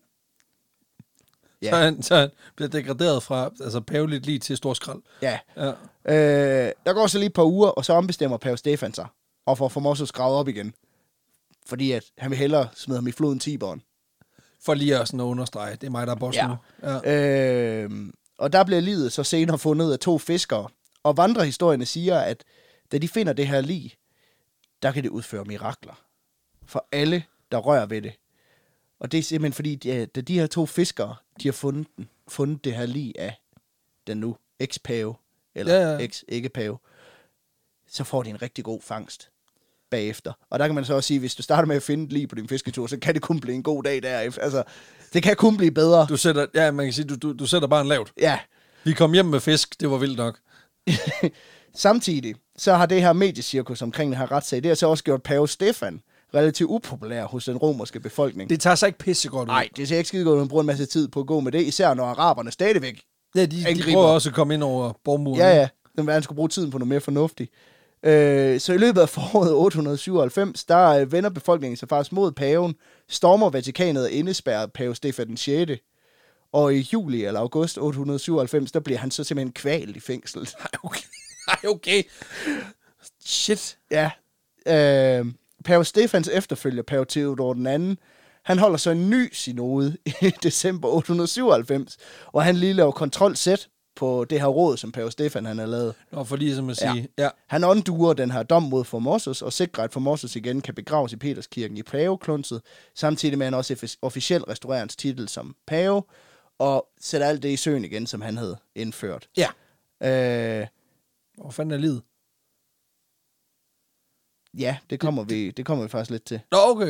Ja. Så, han, så han bliver degraderet fra altså, paveligt lige til stor skrald. Ja. Ja. Øh, der går så lige et par uger, og så ombestemmer Pave Stefan sig, og får Formosus gravet op igen. Fordi at han vil hellere smide ham i floden Tiberen. For lige at, sådan at understrege, det er mig, der er boss Ja. nu. Ja. Øh, og der bliver liget så senere fundet af to fiskere. Og vandrehistorierne siger, at da de finder det her lig, der kan det udføre mirakler. For alle, der rører ved det. Og det er simpelthen fordi, de, da de her to fiskere, de har fundet, den, fundet det her lig af den nu eks-pave, eller Ja, ja. eks-ikke-pave, så får de en rigtig god fangst bagefter. Og der kan man så også sige, hvis du starter med at finde et lig på din fisketur, så kan det kun blive en god dag derefter. Altså, det kan kun blive bedre. Du sætter, ja, man kan sige, du, du, du sætter bare en lavt. Ja. Vi kom hjem med fisk, det var vildt nok. Samtidig, så har det her mediecirkus omkring den her retssag, det har så også gjort Pave Stefan relativt upopulær hos den romerske befolkning. Det tager sig ikke pissegodt ud. Nej, det ser ikke skide godt, at man bruger en masse tid på at gå med det, især når araberne stadigvæk. Ja, de, de angriber. prøver også at komme ind over borgmuren. Ja, ja. Den verden skulle bruge tiden på noget mere fornuftigt. Øh, så i løbet af foråret otte syvoghalvfems, der øh, vender befolkningen sig faktisk mod paven, stormer Vatikanet og indespærrer pave Stefan den sjette. Og i juli eller august otte syvoghalvfems, der bliver han så simpelthen kvalt i fængsel. Ej, okay. Ej, okay. Shit. Ja. Øh, pave Stefans efterfølger, pave Theodor den anden, han holder så en ny synode i december otte syvoghalvfems, hvor han lige laver kontrol-sæt på det her råd, som pave Stefan han har lavet. Nå, for lige som at sige, ja. ja. Han unduer den her dom mod Formosus og sikrer, at Formosus igen kan begraves i Peterskirken i paveklunset, samtidig med at han også officielt restaurerer hans titel som pave, og sætter alt det i søen igen, som han havde indført. Ja. Øh, Hvor fanden er livet? ja, det kommer, det, vi, det kommer vi faktisk lidt til. Nå, okay.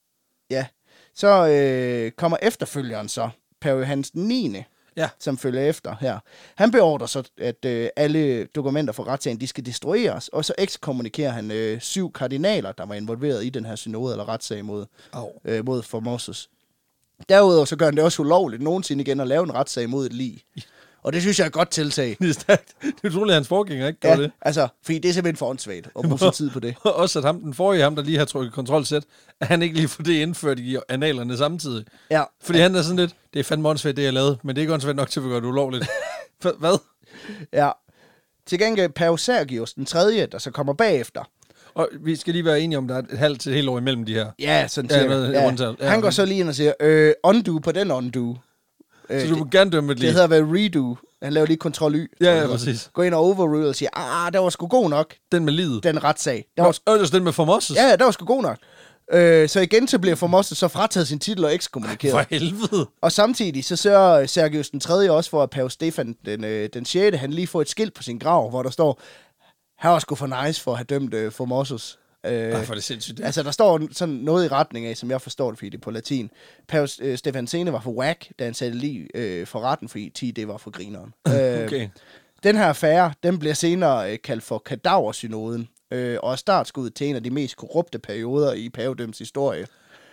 Ja. Så øh, kommer efterfølgeren så, Pave Johannes den niende, Ja. som følger efter her. Han beordrer så, at øh, alle dokumenter fra retssagen, de skal destrueres, og så ekskommunikerer han øh, syv kardinaler, der var involveret i den her synode eller retssag mod, øh, mod Formosus. Derudover så gør han det også ulovligt nogensinde igen at lave en retssag mod et lig. Og det synes jeg er et godt tiltag. Det er stærkt. Det er utroligt, at hans forgænger ikke gør Ja, det. altså, fordi det er simpelthen for åndssvagt at bruge sin tid på det. Også at ham, den forrige, ham der lige har trykket kontrol-sæt, at han ikke lige får det indført i analerne samtidig. Ja. Fordi han er sådan lidt, det er fandme åndssvagt, det jeg lavede, men det er ikke åndssvagt nok til at gøre det ulovligt. Hvad? Ja. Til gengæld Pave Sergius den tredje, der så kommer bagefter. Og vi skal lige være enige om, der er et halvt til et helt år imellem de her. Ja, sådan Ja, cirka. noget Ja. rundtal. Ja, Han går okay. så lige ind og siger, øh, undo på den undo. Øh, Så du må gerne dømme et det lige. hedder vel redo. Han laver lige kontrol Y. Ja, ja, præcis. Gå ind og overrule og siger, ah, der var sgu god nok, Den med livet. den retssag. Der Nå, var, øh, den med Formosus. ja, der var sgu god nok. Øh, så igen så bliver Formosus så frataget sin titel og ekskommunikeret. For helvede. Og samtidig så sørger Sergius den tredje også for, at Pave Stefan den, øh, den sjette, han lige får et skilt på sin grav, hvor der står, han var sgu for nice for at have dømt øh, Formosus. Øh, Ej, for det er sindssygt. altså, der står sådan noget i retning af, som jeg forstår det, fordi det er på latin. Pave øh, Stefan Sene var for whack, da han satte lige øh, for retten, fordi ti det var for grineren. øh, Okay. Den her affære, den bliver senere øh, kaldt for kadaversynoden, øh, og er startskuddet til en af de mest korrupte perioder i pavedømmets historie.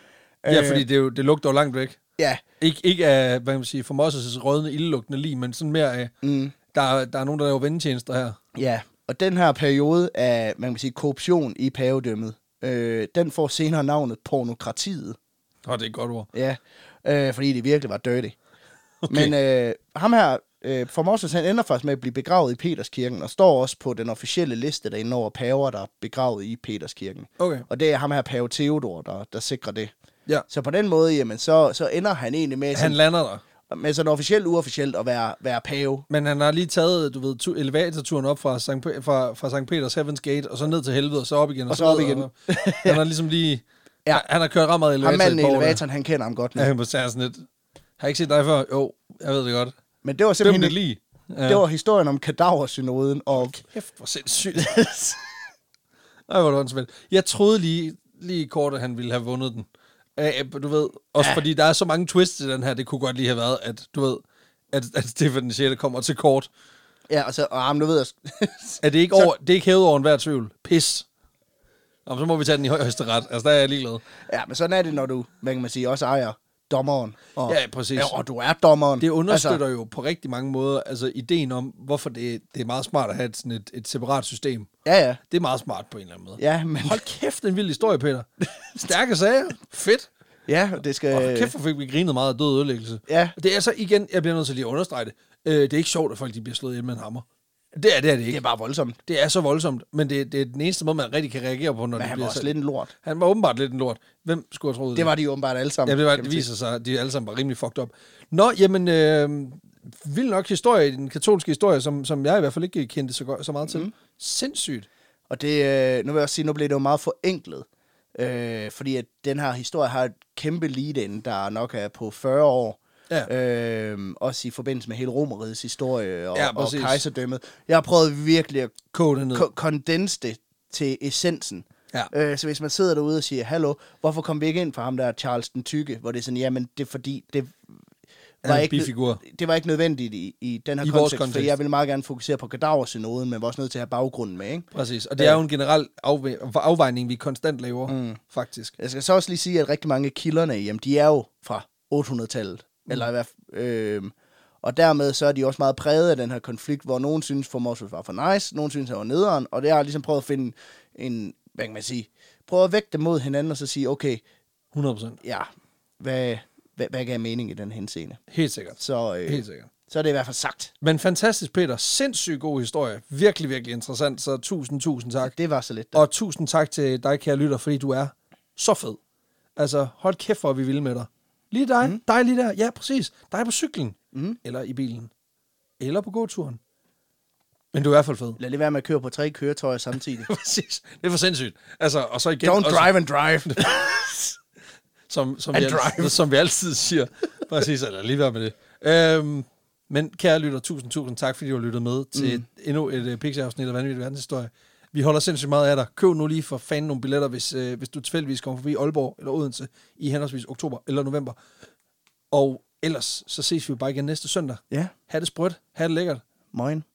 Ja, fordi det, er jo, det lugter jo langt væk. Ja. Ikke, ikke af, hvad kan man sige, Formosus' rødne, ildelugtende lig, men sådan mere af, Mm. der, er- der er nogen, der laver vendetjenester her. Ja, og den her periode af, man kan sige, korruption i pavedømmet, øh, den får senere navnet pornokratiet. Åh, det er et godt ord. Ja, øh, fordi det virkelig var dirty. Okay. Men øh, ham her, øh, Formosus, han ender faktisk med at blive begravet i Peterskirken, og står også på den officielle liste derinde over paver, der er begravet i Peterskirken. Okay. Og det er ham her, pave Theodor, der, der sikrer det. Ja. Så på den måde, jamen, så, så ender han egentlig med, Han sådan, lander der. med sådan officielt uofficielt at være, være pave. Men han har lige taget, du ved, tu- elevatorturen op fra Sankt, Pe- fra, fra Sankt Peters Heaven's Gate, og så ned til helvede, og så op igen. Og så op ned, igen. Og, han har ligesom lige... Ja. Ja. Han har kørt ret meget elevator. Ham manden i et par år der. elevatoren, han kender ham godt nu. Ja, han må sige sådan lidt... Har jeg ikke set dig før? Jo, jeg ved det godt. Men det var Døm simpelthen det lige. Ja. det var historien om kadaversynoden, og Kæft, hvor sindssygt. Ej, hvor er det åndssvagt. Jeg troede lige, lige kort, at han ville have vundet den. Æ, du ved, også Ja. ja. fordi der er så mange twists i den her, det kunne godt lige have været, at du ved, at, at Stefan den sjette kommer til kort. ja, og så, og ham, du ved, jeg, Er det ikke, Så- over, det er ikke hævet over enhver tvivl? Pis. Nå, så må vi tage den i højeste ret. Altså, der er jeg ligeglad. ja, men sådan er det, når du, hvad kan man sige, også ejer dommeren. Og, Ja, præcis. ja, og du er dommeren. Det understøtter Altså, jo på rigtig mange måder, altså ideen om, hvorfor det, det er meget smart at have et, sådan et, et separat system. ja, ja. Det er meget smart på en eller anden måde. Ja, men, Hold kæft, en vild historie, Peter. Stærke sager. Fedt. ja, det skal... Og kæft, hvor fik vi grinet meget af død og ødelæggelse. Ja. Det er så igen, jeg bliver nødt til lige at understrege det. Øh, det er ikke sjovt, at folk de bliver slået ihjel med en hammer. Det er det, er det Det ikke. er bare voldsomt. Det er så voldsomt, men det, det er den eneste måde, man rigtig kan reagere på, når Men det han bliver var også så... lidt en lort. Han var åbenbart lidt en lort. Hvem skulle have troet det? Det var de åbenbart alle sammen. Ja, det, var, kan det man viser sig, at de alle sammen var rimelig fucked up. Nå, jamen, øh, vild nok historie, den katolske historie, som, som jeg i hvert fald ikke kendte så, godt, så meget til. Mm. Sindssygt. Og det, øh, nu vil jeg også sige, nu blev det jo meget forenklet. Øh, fordi at den her historie har et kæmpe lead-in, der nok er på fyrre år. Ja. Øh, også i forbindelse med hele Romerrigets historie og, Ja, og præcis. kejserdømmet. Jeg har prøvet virkelig at Kog det ned. ko- kondense det til essensen. Ja. Øh, så hvis man sidder derude og siger, hallo, hvorfor kom vi ikke ind for ham der Charles den Tykke? Hvor det er sådan, jamen det er fordi, det var, en ikke, bifigur. det var ikke nødvendigt i, i den her I vores kontekst, for kontekst. jeg vil meget gerne fokusere på kadaversynoden, men var også nødt til at have baggrunden med, ikke? Præcis. Og det er jo en generel afve- afvejning, vi konstant laver, mm. faktisk. Jeg skal så også lige sige, at rigtig mange af kilderne, jamen, de er jo fra otte hundrede-tallet. Mm. Eller i hvert fald, øh, og dermed så er de også meget præget af den her konflikt, hvor nogen synes, Formosus var for nice, nogen synes, han var nederen, og det har ligesom prøvet at finde en, hvad kan man sige, prøve at vægte dem mod hinanden, og så sige, okay, hundrede procent. ja, hvad, hvad, hvad gav mening i den henseende? Helt sikkert. Så, øh, Helt sikkert. så er det i hvert fald sagt. Men fantastisk, Peter. Sindssygt god historie. Virkelig, virkelig interessant. Så tusind, tusind tak. Det var så lidt. Og tusind tak til dig, kære lytter, fordi du er så fed. Altså, hold kæft, hvor er vi vilde med dig. Lige dig. Mm. Dig lige der. Ja, præcis. Dig på cyklen. Mm. Eller i bilen. Eller på gåturen. Men du er i hvert fald fed. Lad lige være med at køre på tre køretøjer samtidig. Præcis. Det er for sindssygt. Altså, og så igen... Don't også, drive and drive. Som, som, and vi, drive. al- som vi altid siger. Præcis, eller lige være med det. Øhm, men kære lytter, tusind, tusind tak, fordi du har lyttet med til Mm. endnu et uh, Pixie-afsnit af Vanvittig Verdenshistorie. Vi holder sindssygt meget af dig. Køb nu lige for fanden nogle billetter, hvis, øh, hvis du tilfældigvis kommer forbi Aalborg eller Odense i henholdsvis oktober eller november. Og ellers, så ses vi bare igen næste søndag. Ja. Ha' det sprødt. Ha' det lækkert. Moin.